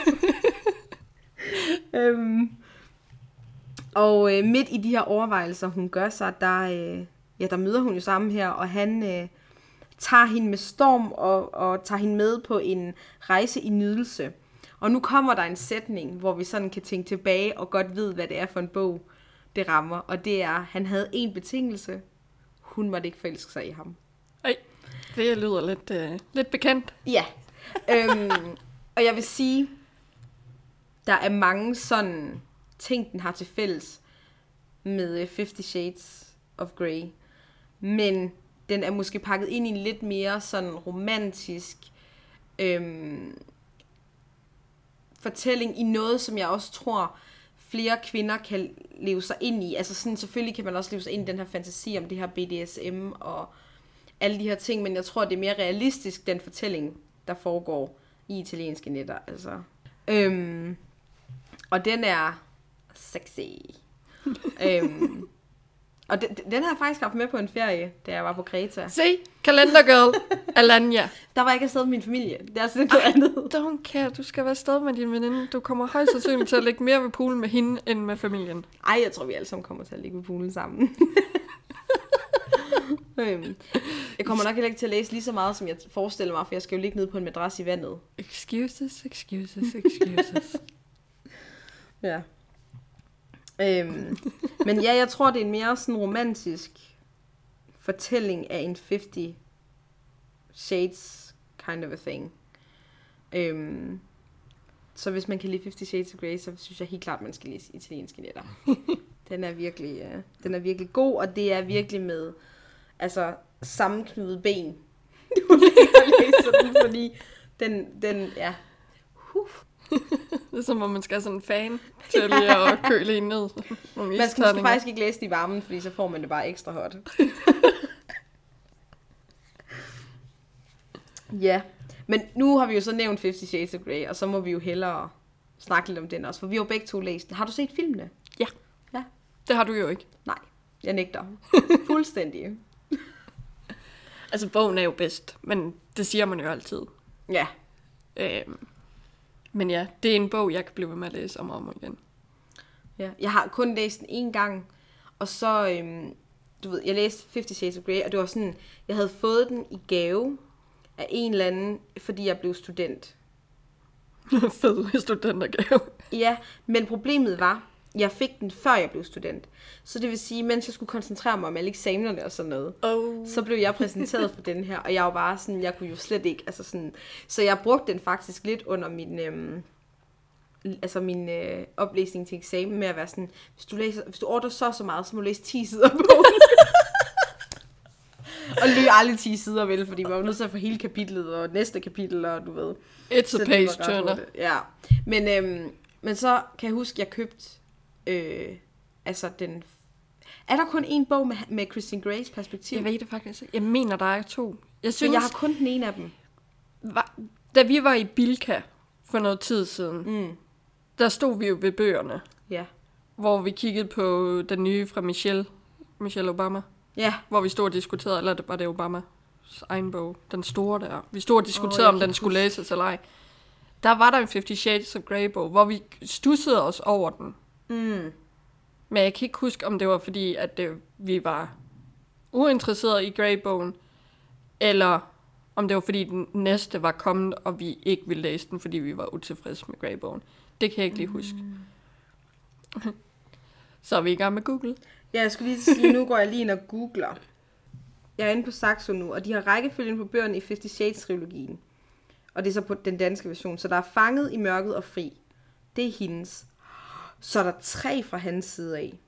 øhm, og øh, midt i de her overvejelser, hun gør sig, der, øh, ja, der møder hun jo sammen her, og han øh, tager hende med storm og, og tager hende med på en rejse i nydelse. Og nu kommer der en sætning, hvor vi sådan kan tænke tilbage og godt vide, hvad det er for en bog, det rammer. Og det er, han havde en betingelse. Hun måtte ikke forelske sig i ham. Ej, det lyder lidt, øh, lidt bekendt. Ja. øhm, og jeg vil sige, der er mange sådan ting, den har til fælles med Fifty Shades of Grey. Men den er måske pakket ind i en lidt mere sådan romantisk øhm, fortælling i noget, som jeg også tror, flere kvinder kan leve sig ind i. Altså sådan, selvfølgelig kan man også leve sig ind i den her fantasi om det her B D S M og alle de her ting, men jeg tror, det er mere realistisk, den fortælling, der foregår i italienske netter. Altså. Øhm, og den er sexy. øhm, og den, den har jeg faktisk haft med på en ferie, da jeg var på Kreta. Se, kalendergirl, Alanya. Der var jeg ikke afsted med min familie. Det er altså lidt noget andet. Don't care, du skal være afsted med din veninde. Du kommer højst sandsynligt til at ligge mere ved poolen med hende, end med familien. Ej, jeg tror, vi alle sammen kommer til at ligge ved poolen sammen. Jeg kommer nok heller ikke til at læse lige så meget, som jeg forestiller mig, for jeg skal jo ligge nede på en madras i vandet. Excuses, excuses, excuses. Ja. Øhm, men ja, jeg tror, det er en mere sådan romantisk fortælling af en Fifty Shades kind of a thing. Øhm, så hvis man kan lide Fifty Shades of Grey, så synes jeg helt klart, man skal læse italienske netter. Den er virkelig, øh, den er virkelig god, og det er virkelig med altså sammenknudede ben. Du må læse den, fordi den, den ja. Uh. Det er som om man skal have sådan en fan til lige at køle en ned. Man skal, skal faktisk ikke læse det i varmen, fordi så får man det bare ekstra hot. Ja, men nu har vi jo så nævnt Fifty Shades of Grey, og så må vi jo hellere snakke lidt om den også, for vi har jo begge to læst den. Har du set filmene? Ja. Ja. Det har du jo ikke. Nej, jeg nægter. Fuldstændig. Altså, bogen er jo bedst, men det siger man jo altid. Ja. Øhm, men ja, det er en bog, jeg kan blive ved med at læse om og om igen. Ja, jeg har kun læst den en gang, og så, øhm, du ved, jeg læste Fifty Shades of Grey, og det var sådan, jeg havde fået den i gave af en eller anden, fordi jeg blev student. Fed studentergave. Ja, men problemet var, jeg fik den før jeg blev student. Så det vil sige, mens jeg skulle koncentrere mig om alle eksamenerne og sådan noget, oh. så blev jeg præsenteret for den her, og jeg var bare sådan, jeg kunne jo slet ikke, altså sådan, så jeg brugte den faktisk lidt under min, øhm, altså min øh, oplæsning til eksamen med at være sådan, hvis du læser, hvis du ordrer så så meget, så må du læse ti sider på bogen. Og løb aldrig ti sider vel, fordi man var nødt til at få hele kapitlet og næste kapitel, og du ved. It's a page turner. Ja, men, øhm, men så kan jeg huske, jeg købte, øh, altså den, er der kun en bog med, med Christine Greys perspektiv? Jeg ved det faktisk. Jeg mener, der er to. Jeg synes, så jeg har kun den ene af dem. Var, da vi var i Bilka for noget tid siden, Mm. der stod vi jo ved bøgerne, Ja. hvor vi kiggede på den nye fra Michelle, Michelle Obama. Ja. Hvor vi stod og diskuterede, eller var det Obamas egen bog, den store der. Vi stod og diskuterede, oh, om den skulle læses eller ej. Der var der en Fifty Shades of Grey bog, hvor vi stussede os over den. Mm. Men jeg kan ikke huske, om det var fordi, at det, vi var uinteresserede i Grey-bogen, eller om det var fordi, den næste var kommet, og vi ikke ville læse den, fordi vi var utilfredse med Grey-bogen. Det kan jeg ikke lige huske. Mm. Så er vi i gang med Google. Ja, jeg skulle lige sige, nu går jeg lige ind og googler. Jeg er inde på Saxo nu, og de har rækkefølgen på bøgerne i Fifty Shades-trilogien. Og det er så på den danske version. Så der er Fanget i mørket og Fri. Det er hendes. Så er der tre fra hans side af.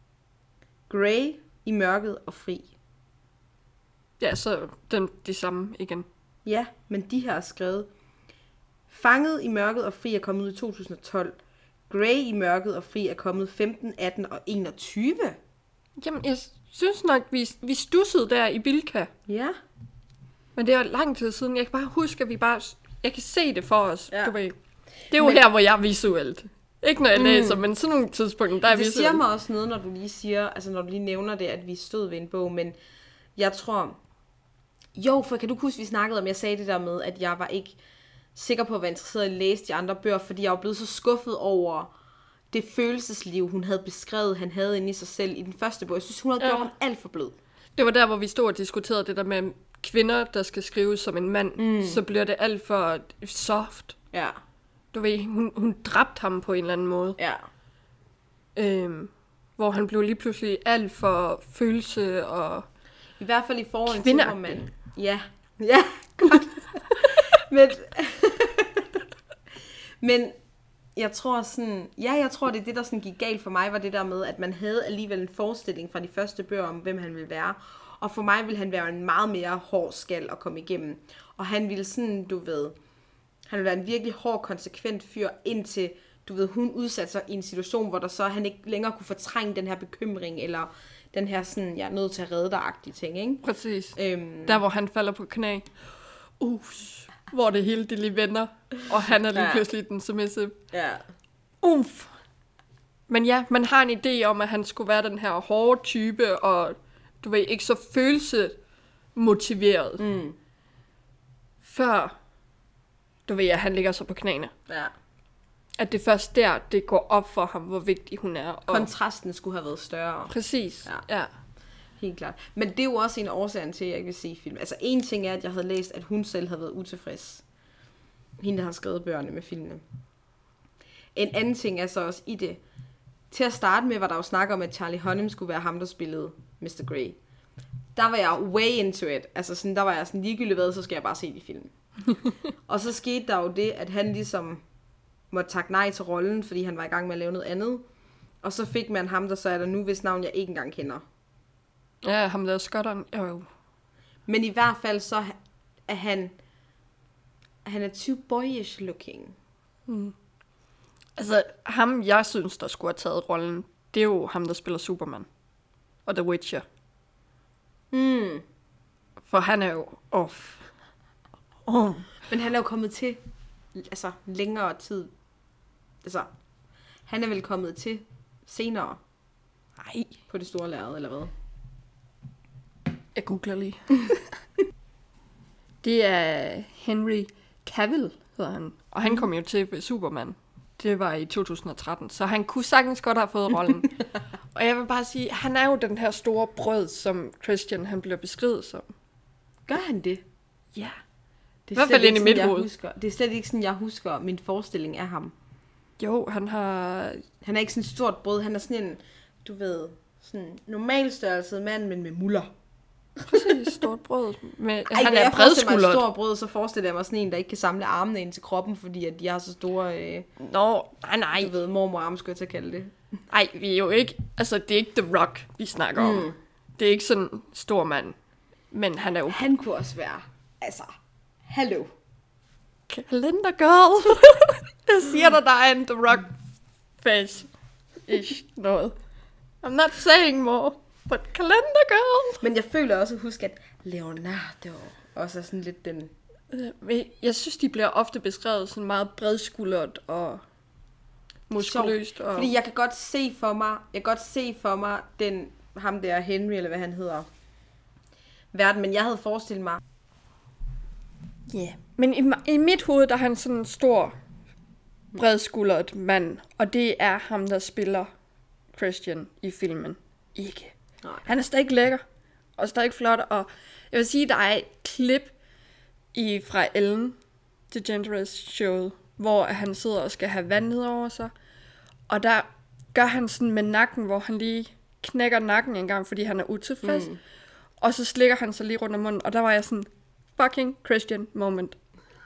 Grey, i mørket og Fri. Ja, så den, de samme igen. Ja, men de her er skrevet. Fanget i mørket og Fri er kommet ud i to tusind og tolv. Grey i mørket og Fri er kommet femten, atten og enogtyve. Jamen, jeg synes nok, vi, vi stussede der i Bilka. Ja. Men det er jo lang tid siden. Jeg kan bare huske, at vi bare... Jeg kan se det for os, ja. du ved. Det er jo men, her, hvor jeg er visuelt. Ikke når jeg mm, læser, men sådan nogle tidspunkter, der er det visuelt. Det siger mig også noget, når du lige siger, altså når du lige nævner det, at vi stod ved en bog, men jeg tror... Jo, for kan du huske, vi snakkede om, jeg sagde det der med, at jeg var ikke sikker på at være interesseret i at læse de andre bøger, fordi jeg var blevet så skuffet over det følelsesliv, hun havde beskrevet, han havde inde i sig selv i den første bog. Jeg synes, hun havde ja. gjort ham alt for blød. Det var der, hvor vi stod og diskuterede det der med kvinder, der skal skrives som en mand, mm. så bliver det alt for soft. Ja. du ved, hun, hun dræbte ham på en eller anden måde. Ja. Øhm, hvor han blev lige pludselig alt for følelse og... I hvert fald i forhold til, hvor man... Ja, ja, godt. men, men jeg tror sådan... Ja, jeg tror, det er det, der sådan gik galt for mig, var det der med, at man havde alligevel en forestilling fra de første bøger om, hvem han ville være. Og for mig ville han være en meget mere hård skal at komme igennem. Og han ville sådan, du ved... Han ville være en virkelig hård, konsekvent fyr, indtil, du ved, hun udsatte sig i en situation, hvor der så han ikke længere kunne fortrænge den her bekymring, eller den her sådan, jeg er nødt til at redde dig-agtige ting, ikke? Præcis. Øhm. Der, hvor han falder på knæ. Uff. Hvor det hele det lige vender. Og han er lige ja. pludselig den submissive. Ja. Uff. Men ja, man har en idé om, at han skulle være den her hårde type, og du ved, ikke så følelsemotiveret. Mm. Før, du ved, at han ligger så på knæene. Ja. At det først der, det går op for ham, hvor vigtig hun er. Og... kontrasten skulle have været større. Præcis, ja. ja. Helt klart. Men det er jo også en årsag til, at jeg ikke vil se film. Altså en ting er, at jeg havde læst, at hun selv havde været utilfreds. Hende, der har skrevet bøgerne med filmene. En anden ting er så også i det. Til at starte med, var der jo snak om, at Charlie Hunnam skulle være ham, der spillede mister Grey. Der var jeg way into it. Altså sådan, der var jeg sådan, ligegyldigt hvad, så skal jeg bare se de film. Og så skete der jo det, at han ligesom måtte takke nej til rollen, fordi han var i gang med at lave noget andet. Og så fik man ham, der så er der nu, hvis navn jeg ikke engang kender. Ja, ham der skotteren. Jo, jo. Men i hvert fald så er han, han er too boyish looking. Mm. Altså, ham jeg synes, der skulle have taget rollen, det er jo ham, der spiller Superman. Og The Witcher. Mm. For han er jo off. Oh. Men han er jo kommet til, altså længere tid. Altså, han er vel kommet til senere. Nej. På det store lærred, eller hvad? Jeg googler lige. Det er Henry Cavill, hedder han. Og han kom jo til ved Superman. Det var i to tusind og tretten. Så han kunne sagtens godt have fået rollen. Og jeg vil bare sige, han er jo den her store brød, som Christian han bliver beskrevet som. Gør han det? Ja. Det er I hvert fald ind i mit hoved. Husker. Det er slet ikke sådan, jeg husker min forestilling af ham. Jo, han har... Han er ikke sådan et stort brød. Han er sådan en, du ved, sådan normal størrelse mand, men med muller. Præcis, stort brød. Med, Ej, han er bredskuldret. Ej, jeg forestiller mig et stort brød, så forestiller jeg mig sådan en, der ikke kan samle armene ind til kroppen, fordi at de har så store... Øh, Nå, nej, nej. Du ved, mormor-arme, skulle jeg til at kalde det. Nej, vi er jo ikke... Altså, det er ikke The Rock, vi snakker mm. om. Det er ikke sådan en stor mand. Men han er jo... Han kunne også være... Altså, hallo. Calendar girl. Jeg siger dig, der er en The Rock face. Ish, noget. I'm not saying more. But Calendar girl. Men jeg føler også at huske, at Leonardo også er sådan lidt den... Jeg synes, de bliver ofte beskrevet sådan meget bredskuldret og muskuløst. Og... Fordi jeg kan godt se for mig, jeg kan godt se for mig den, ham der Henry, eller hvad han hedder, verden, men jeg havde forestillet mig... Ja, yeah. Men i, i mit hoved, der er han sådan en stor, bredskuldret mand, og det er ham, der spiller Christian i filmen. Ikke. Nej. Han er stadig lækker, og stadig flot, og jeg vil sige, der er et klip i, fra Ellen DeGeneres showet, hvor han sidder og skal have vand ned over sig, og der gør han sådan med nakken, hvor han lige knækker nakken en gang, fordi han er utilfreds, mm. og så slikker han sig lige rundt om munden, og der var jeg sådan, fucking Christian moment.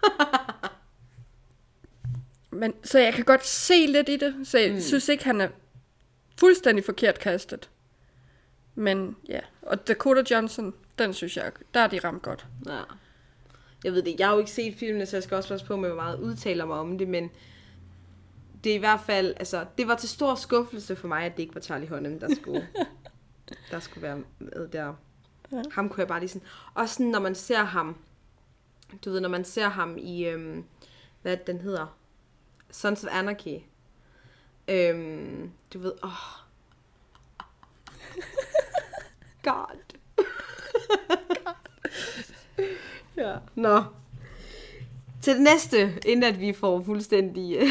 Men, så jeg kan godt se lidt i det, så jeg mm. synes ikke, han er fuldstændig forkert kastet. Men ja, og Dakota Johnson, den synes jeg, der er de ramt godt. Ja. Jeg ved det, jeg har jo ikke set filmene, så jeg skal også passe på med, hvor meget udtaler mig om det, men det er i hvert fald, altså, det var til stor skuffelse for mig, at det ikke var Charlie Hunnam, der skulle, der skulle være med der. Ja. Ham kunne jeg bare lige sådan, også sådan, når man ser ham, du ved, når man ser ham i, øhm, hvad den hedder, Sons of Anarchy, øhm, du ved, åh, oh. God. God. Ja. Nå. Til det næste, inden at vi får fuldstændig...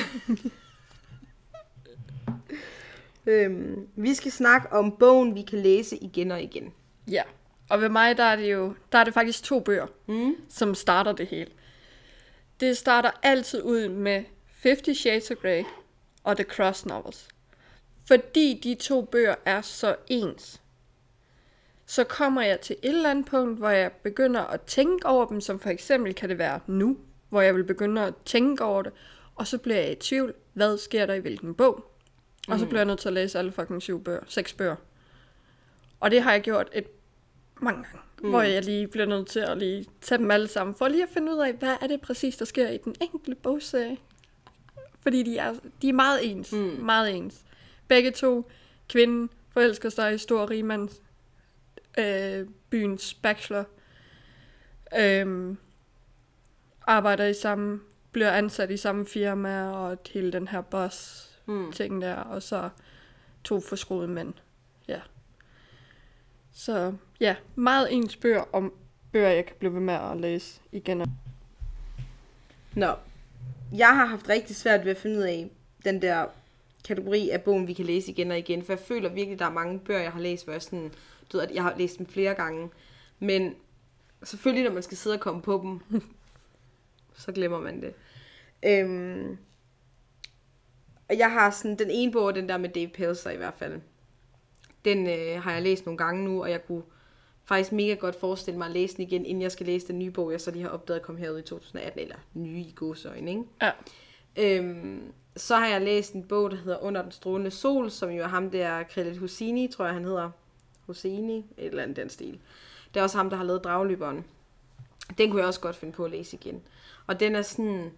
øhm, vi skal snakke om bogen, vi kan læse igen og igen. Ja, og ved mig, der er det jo der er det faktisk to bøger, mm. som starter det hele. Det starter altid ud med Fifty Shades of Grey og The Cross Novels. Fordi de to bøger er så ens, så kommer jeg til et eller andet punkt, hvor jeg begynder at tænke over dem, som for eksempel kan det være nu, hvor jeg vil begynde at tænke over det, og så bliver jeg i tvivl, hvad sker der i hvilken bog? Og så bliver jeg nødt til at læse alle fucking syv bøger, seks bøger. Og det har jeg gjort et mange gange, mm. hvor jeg lige bliver nødt til at lige tage dem alle sammen, for lige at finde ud af, hvad er det præcis, der sker i den enkelte bogserie. Fordi de er, de er meget ens, mm. meget ens. Begge to, kvinden forelsker sig i stor rigmand, øh, byens bachelor, øh, arbejder i samme, bliver ansat i samme firma, og hele den her boss-ting mm. der, og så to forskruede mænd. Ja. Så ja, meget ens bøger om bøger, jeg kan blive ved med at læse igen. Nå, jeg har haft rigtig svært ved at finde ud af den der kategori af bogen, vi kan læse igen og igen, for jeg føler virkelig, der er mange bøger, jeg har læst, hvor jeg sådan, du ved, at jeg har læst dem flere gange, men selvfølgelig, når man skal sidde og komme på dem, så glemmer man det. Øhm, og jeg har sådan, den ene bog, den der med Dave Pelzer i hvert fald, den øh, har jeg læst nogle gange nu, og jeg kunne faktisk mega godt forestille mig at læse den igen, inden jeg skal læse den nye bog, jeg så lige har opdaget at komme herud i to tusind atten, eller nye i gåseøjne, ikke? Ja. Øhm, så har jeg læst en bog, der hedder Under den strålende sol, som jo er ham der, Khaled Hosseini, tror jeg han hedder. Hosseini, et eller andet den stil. Det er også ham, der har lavet Dragløberen. Den kunne jeg også godt finde på at læse igen. Og den er sådan...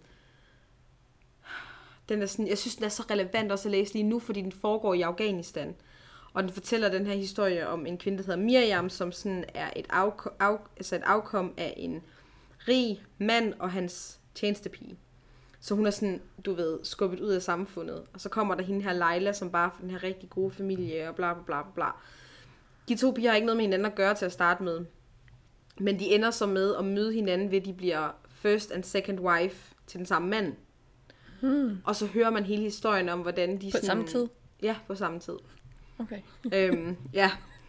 Den er sådan, jeg synes, den er så relevant også at læse lige nu, fordi den foregår i Afghanistan. Og den fortæller den her historie om en kvinde, der hedder Miriam, som sådan er et, afkom, af, altså et afkom af en rig mand og hans tjenestepige. Så hun er sådan, du ved, skubbet ud af samfundet. Og så kommer der hende her Leila, som bare får den her rigtig gode familie, og bla bla bla bla. De to piger har ikke noget med hinanden at gøre til at starte med. Men de ender så med at møde hinanden, ved at de bliver first and second wife til den samme mand. Hmm. Og så hører man hele historien om, hvordan de... På sådan, samme tid? Ja, på samme tid. Okay. øhm, ja.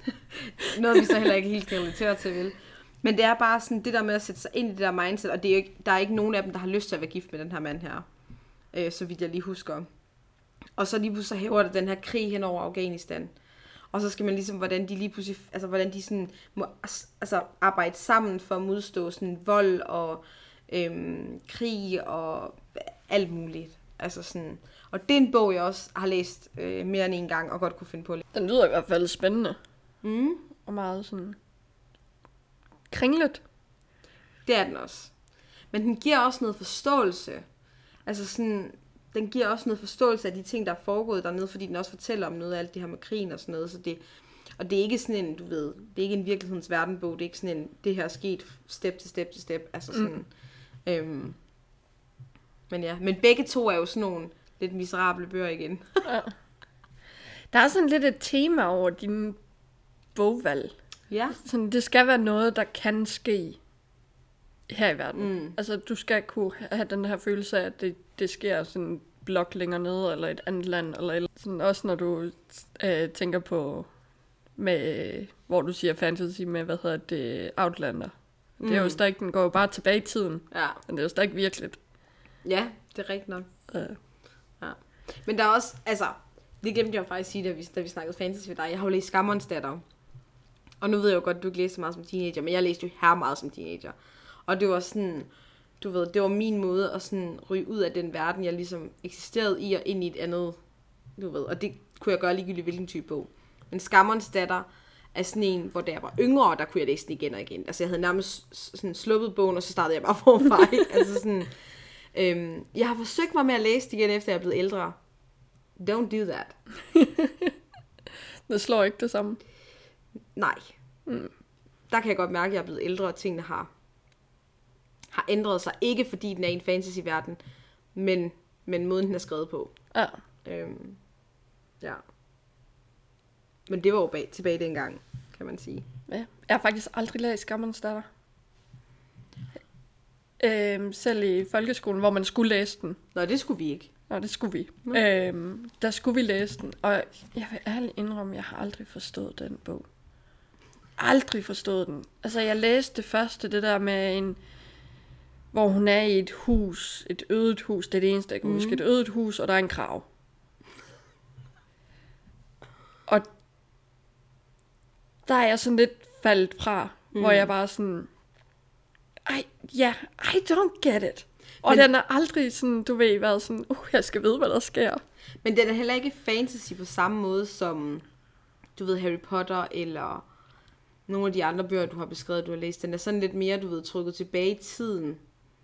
Noget vi så heller ikke helt kan relatere til, vel? Men det er bare sådan det der med at sætte sig ind i det der mindset, og det er jo ikke, der er ikke nogen af dem, der har lyst til at være gift med den her mand her. Øh, så vidt jeg lige husker. Og så lige pludselig hæver der den her krig hen over Afghanistan. Og så skal man ligesom, hvordan de lige pludselig, altså hvordan de sådan må altså, arbejde sammen for at modstå sådan vold og øhm, krig og alt muligt. Altså sådan, og det er en bog, jeg også har læst øh, mere end en gang og godt kunne finde på at læse. Den lyder i hvert fald spændende. Mm. Og meget sådan kringlet. Det er den også. Men den giver også noget forståelse. Altså sådan, den giver også noget forståelse af de ting, der er foregået dernede, fordi den også fortæller om noget af alt det her med krigen og sådan noget. Så det, og det er ikke sådan en, du ved, det er ikke en virkelighedens verdenbog, det er ikke sådan en, det her er sket step til step til step. Altså sådan, mm. øhm, men ja, men begge to er jo sådan nogle lidt miserable bøger igen. Ja. Der er sådan lidt et tema over dine bogvalg. Ja. Sådan, det skal være noget, der kan ske her i verden. Mm. Altså, du skal kunne have den her følelse af, at det, det sker sådan en blok længere nede, eller et andet land, eller, eller sådan, også når du øh, tænker på, med, hvor du siger fantasy med, hvad hedder det, Outlander. Mm. Det er jo stadig, den går jo bare tilbage i tiden, ja. Men det er jo stadig virkeligt. Ja, det er rigtigt nok. Øh. Ja. Men der er også, altså, det glemte jeg faktisk at sige, da vi, da vi snakkede fantasy med dig. Jeg har jo læst Skammerens datter. Og nu ved jeg jo godt, at du ikke læste så meget som teenager, men jeg læste jo her meget som teenager. Og det var sådan, du ved, det var min måde at sådan ryge ud af den verden, jeg ligesom eksisterede i, og ind i et andet, du ved. Og det kunne jeg gøre ligegyldigt hvilken type bog. Men Skammerens datter er sådan en, hvor da jeg var yngre, der kunne jeg læse den igen og igen. Altså jeg havde nærmest sådan sluppet bogen, og så startede jeg bare forfra. altså sådan, øhm, jeg har forsøgt mig med at læse det igen, efter jeg er blevet ældre. Don't do that. Det slår ikke det samme. Nej. Mm. Der kan jeg godt mærke, at jeg er blevet ældre, og tingene har, har ændret sig. Ikke fordi den er i en fantasy-verden, men, men måden, den er skrevet på. Ja. Øhm, ja. Men det var jo bag, tilbage dengang, kan man sige. Ja. Jeg har faktisk aldrig læst Skammerens datter. Øhm, selv i folkeskolen, hvor man skulle læse den. Nå, det skulle vi ikke. Nå, det skulle vi. Mm. Øhm, der skulle vi læse den, og jeg vil ærligt indrømme, at jeg har aldrig forstået den bog. Aldrig forstået den. Altså, jeg læste det første, det der med en hvor hun er i et hus, et ødet hus, det er det eneste, jeg kan mm. huske, et ødet hus, og der er en krav. Og der er jeg sådan lidt faldet fra, mm. hvor jeg bare sådan, ej, ja, yeah, I don't get it. Og men, den er aldrig sådan, du ved, været sådan, uh, jeg skal vide, hvad der sker. Men den er heller ikke fantasy på samme måde som, du ved, Harry Potter, eller nogle af de andre bøger, du har beskrevet, du har læst. Den er sådan lidt mere, du ved, trykket tilbage i tiden.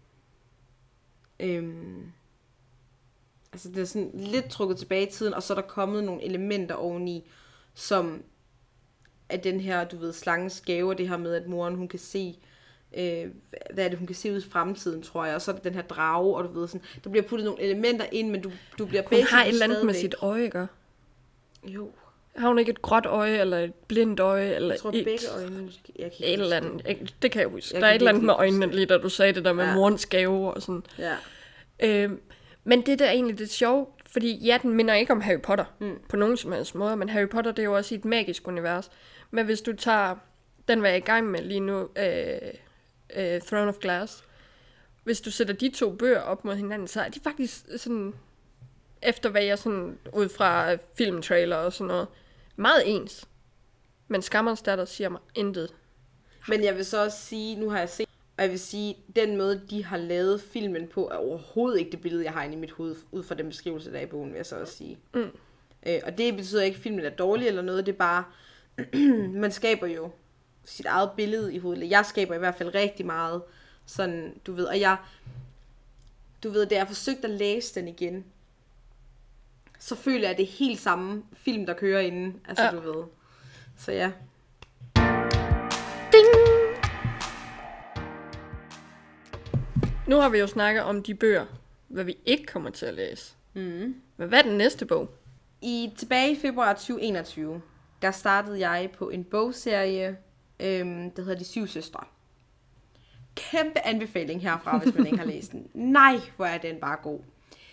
Øhm, altså, den er sådan lidt trykket tilbage i tiden, og så er der kommet nogle elementer oveni, som er den her, du ved, slangens gave, og det her med, at moren, hun kan se, øh, hvad er det, hun kan se ud i fremtiden, tror jeg, og så er der den her drage, og du ved, sådan, der bliver puttet nogle elementer ind, men du, du bliver hun har et eller andet med sit øje, ikke? Jo. Har hun ikke et gråt øje, eller et blindt øje, eller jeg tror, et... begge øjne, jeg kan et eller andet, jeg, det kan jeg huske. Jeg der er et eller andet med huske. øjnene, lige da du sagde det der med ja. morens gave, og sådan. Ja. Øh, men det der er egentlig det sjove, fordi ja, den minder ikke om Harry Potter, mm. på nogen som helst måde, men Harry Potter, det er jo også et magisk univers. Men hvis du tager, den var jeg i gang med lige nu, øh, øh, Throne of Glass, hvis du sætter de to bøger op mod hinanden, så er de faktisk sådan, efter hvad jeg sådan, ud fra filmtrailer og sådan noget, meget ens. Men Skammerens Datter siger mig intet. Men jeg vil så også sige, nu har jeg set, og jeg vil sige, den måde, de har lavet filmen på, er overhovedet ikke det billede, jeg har inde i mit hoved, ud fra den beskrivelse, der er i bogen, vil jeg så også sige. Mm. Øh, og det betyder ikke, at filmen er dårlig eller noget, det er bare, man skaber jo sit eget billede i hovedet. Jeg skaber i hvert fald rigtig meget, sådan, du ved, og jeg, du ved, da jeg har forsøgt at læse den igen, så føler jeg, at det er helt samme film, der kører inden, altså ja. Du ved. Så ja. Ding! Nu har vi jo snakket om de bøger, hvad vi ikke kommer til at læse. Mm. Men hvad er den næste bog? I tilbage i februar tyve enogtyve, der startede jeg på en bogserie, øhm, der hedder De Syv Søstre. Kæmpe anbefaling herfra, hvis man ikke har læst den. Nej, hvor er den bare god.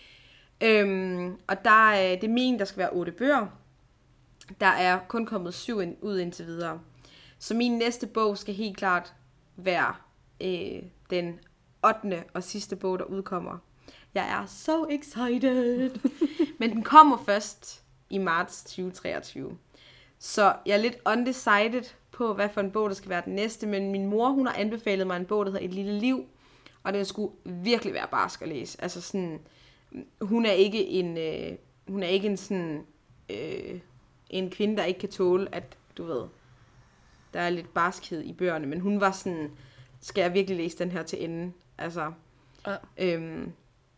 Øhm, og der er det meningen, der skal være otte bøger. Der er kun kommet syv ind, ud indtil videre. Så min næste bog skal helt klart være øh, den ottende og sidste bog, der udkommer. Jeg er so excited. Men den kommer først i marts tyve treogtyve. Så jeg er lidt undecided på, hvad for en bog, der skal være den næste. Men min mor, hun har anbefalet mig en bog, der hedder Et Lille Liv. Og den skulle virkelig være barsk at læse. Altså sådan, hun er ikke en, øh, hun er ikke en sådan, øh, en kvinde, der ikke kan tåle, at du ved, der er lidt barskhed i bøgerne. Men hun var sådan, skal jeg virkelig læse den her til enden? Altså, ja. øhm,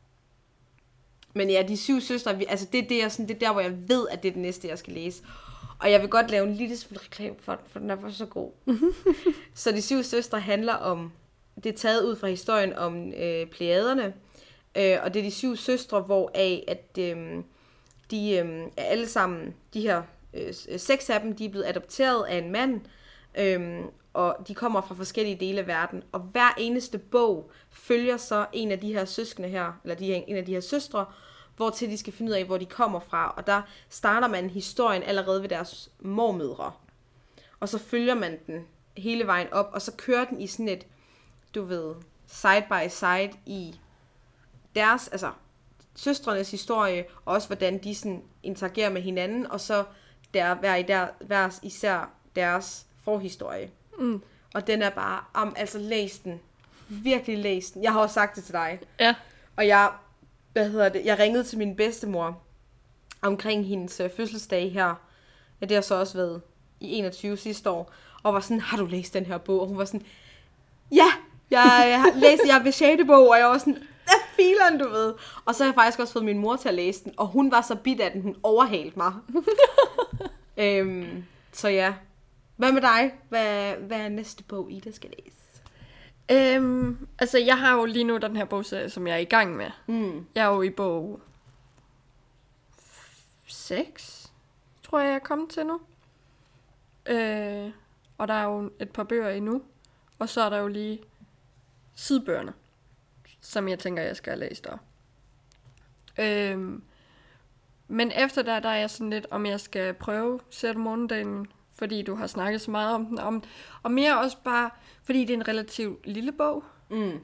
men ja, De Syv Søstre, vi, altså det, det, er sådan, det er der, hvor jeg ved, at det er det næste, jeg skal læse. Og jeg vil godt lave en lille smule reklame for den, for den er for så god. Så De Syv Søstre handler om, det er taget ud fra historien om øh, Plejaderne, øh, og det er de syv søstre, hvor af at øh, de øh, er alle sammen, de her øh, seks af dem, de er blevet adopteret af en mand, øh, og de kommer fra forskellige dele af verden, og hver eneste bog følger så en af de her søskende her, eller de her, en af de her søstre, hvor til de skal finde ud af, hvor de kommer fra, og der starter man historien allerede ved deres mormødre, og så følger man den hele vejen op, og så kører den i sådan et, du ved, side by side i deres, altså søstrenes historie, og også hvordan de sådan interagerer med hinanden, og så der, hver, i der, hver især deres forhistorie. Mm. Og den er bare, um, altså læs den. Virkelig læs den. Jeg har også sagt det til dig. Ja. Og jeg, hvad hedder det, jeg ringede til min bedstemor omkring hendes øh, fødselsdag her. Ja, det har så også været i enogtyve sidste år. Og var sådan, har du læst den her bog? Og hun var sådan, ja, jeg, jeg har læst, jeg er ved sjette bog, og jeg var sådan, hvad filen, du ved. Og så har jeg faktisk også fået min mor til at læse den, og hun var så bit af den, hun overhalede mig. øhm, så ja. Hvad med dig? Hvad, hvad er næste bog, Ida skal læse? Øhm, altså, jeg har jo lige nu den her bogserie, som jeg er i gang med. Mm. Jeg er jo i bog seks, tror jeg, jeg er kommet til nu. Øh, og der er jo et par bøger endnu. Og så er der jo lige sidebøgerne, som jeg tænker, jeg skal have læst der. Øhm, men efter der, der er jeg sådan lidt, om jeg skal prøve Sæt Morgendalen, fordi du har snakket så meget om den. Om, og mere også bare, fordi det er en relativt lille bog. Mm.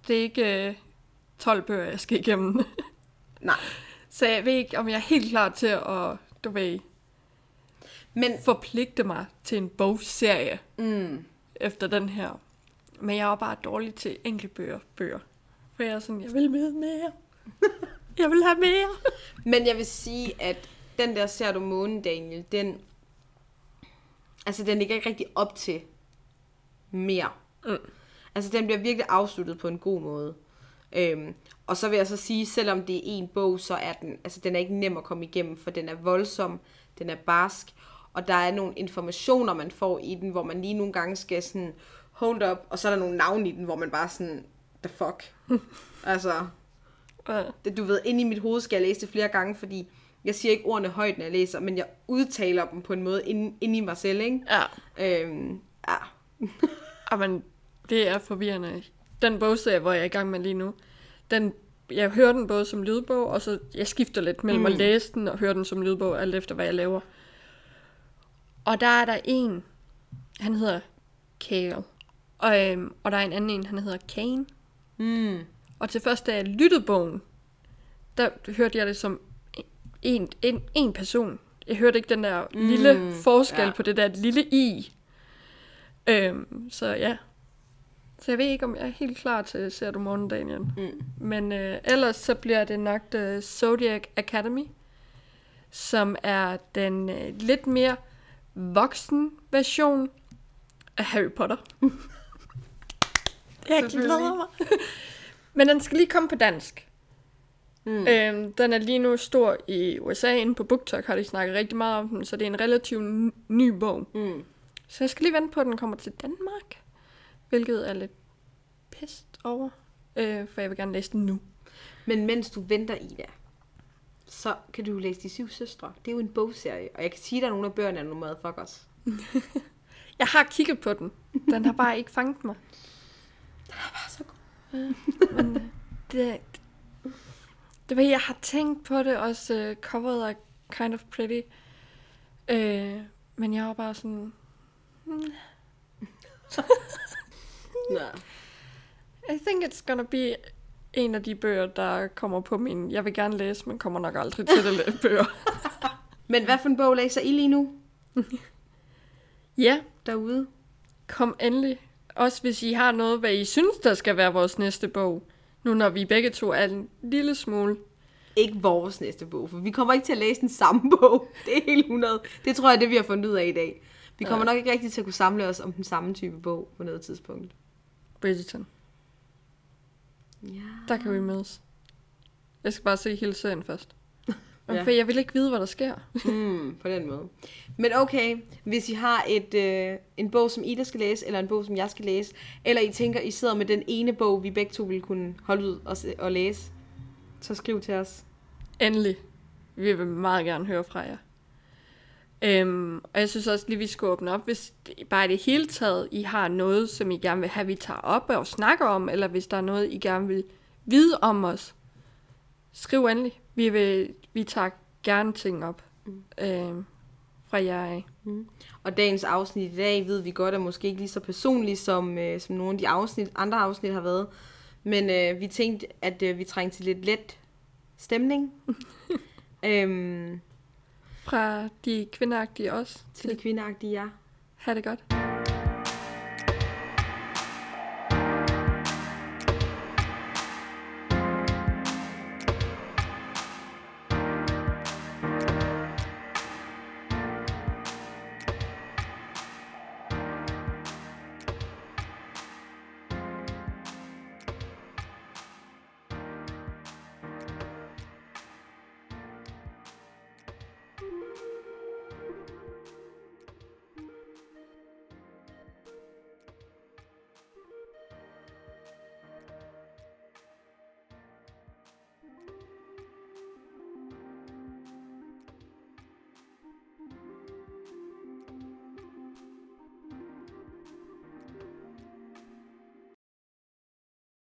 Det er ikke øh, tolv bøger, jeg skal igennem. Nej. Så jeg ved ikke, om jeg er helt klar til at, du ved, Men, forpligte mig til en bogserie mm, efter den her. Men jeg er bare dårlig til enkeltbøger. Bøger. For jeg er sådan, jeg vil med mere. Jeg vil have mere. men jeg vil sige, at den der Ser du månen, Daniel, den, altså den ligger ikke rigtig op til mere. Mm. Altså den bliver virkelig afsluttet på en god måde. Øhm, og så vil jeg så sige, selvom det er en bog, så er den, altså den er ikke nem at komme igennem, for den er voldsom, den er barsk, og der er nogle informationer, man får i den, hvor man lige nogle gange skal sådan, hold up, og så er der nogle navne i den, hvor man bare sådan, the fuck. altså, det, du ved, inde i mit hoved skal jeg læse det flere gange, fordi jeg siger ikke ordene højt, når jeg læser, men jeg udtaler dem på en måde inde, inde i mig selv, ikke? Ja. Øhm, ja. Jamen, det er forvirrende. Den bogserie, hvor jeg er i gang med lige nu, den, jeg hører den både som lydbog, og så jeg skifter lidt mellem mm. at læse den og høre den som lydbog, alt efter hvad jeg laver. Og der er der en, han hedder Kale, og, øhm, og der er en anden en, han hedder Kane. Mm. Og til først, da jeg lyttede bogen, der hørte jeg det som en, en, en person. Jeg hørte ikke den der mm. lille forskel ja. på det der lille i. Øhm, så ja. Så jeg ved ikke, om jeg er helt klar til Ser du månen, Daniel. Mm. Men øh, ellers så bliver det nok The Zodiac Academy, som er den øh, lidt mere voksen version af Harry Potter. Jeg glæder mig. Men den skal lige komme på dansk. Mm. Øhm, den er lige nu stor i U S A. Inde på BookTok har de snakket rigtig meget om den, så det er en relativt n- ny bog. Mm. Så jeg skal lige vente på, at den kommer til Danmark. Hvilket er lidt pist over, øh, for jeg vil gerne læse den nu. Men mens du venter, Ida, så kan du læse De Syv Søstre. Det er jo en bogserie, og jeg kan sige, at der er nogle af bøgerne, der er nogle motherfuckers. Jeg har kigget på den. Den har bare ikke fanget mig. Den er bare så god. Ja, men øh, det, det var, jeg har tænkt på det også. Uh, coveret er kind of pretty. Uh, men jeg var bare sådan... Hmm. Nej. I think it's gonna be en af de bøger, der kommer på min... Jeg vil gerne læse, men kommer nok aldrig til at læse bøger. Men hvad for en bog læser I lige nu? Ja. Derude? Kom endelig. Også hvis I har noget, hvad I synes, der skal være vores næste bog. Nu når vi begge to er en lille smule. Ikke vores næste bog, for vi kommer ikke til at læse den samme bog. Det er helt hundrede. Det tror jeg, det vi har fundet ud af i dag. Vi kommer ja. nok ikke rigtig til at kunne samle os om den samme type bog på noget tidspunkt. Bridgerton. Ja. Der kan vi mødes. Jeg skal bare se hele serien først. Ja. For jeg vil ikke vide, hvad der sker. mm, på den måde. Men okay, hvis I har et, øh, en bog, som Ida skal læse, eller en bog, som jeg skal læse, eller I tænker, I sidder med den ene bog, vi begge to vil kunne holde ud og, og læse, så skriv til os. Endelig. Vi vil meget gerne høre fra jer. Øhm, og jeg synes også lige, vi skal åbne op, hvis det, bare i det hele taget, I har noget, som I gerne vil have, vi tager op og snakker om, eller hvis der er noget, I gerne vil vide om os, skriv endelig. Vi, vil, vi tager gerne ting op mm. øhm, fra jer af. Mm. Og dagens afsnit i dag, ved vi godt, er måske ikke lige så personligt, som, øh, som nogle af de afsnit, andre afsnit har været. Men øh, vi tænkte, at øh, vi trængte til lidt let stemning. øhm, Fra de kvindeagtige os til de kvindeagtige, ja. Ha' det godt.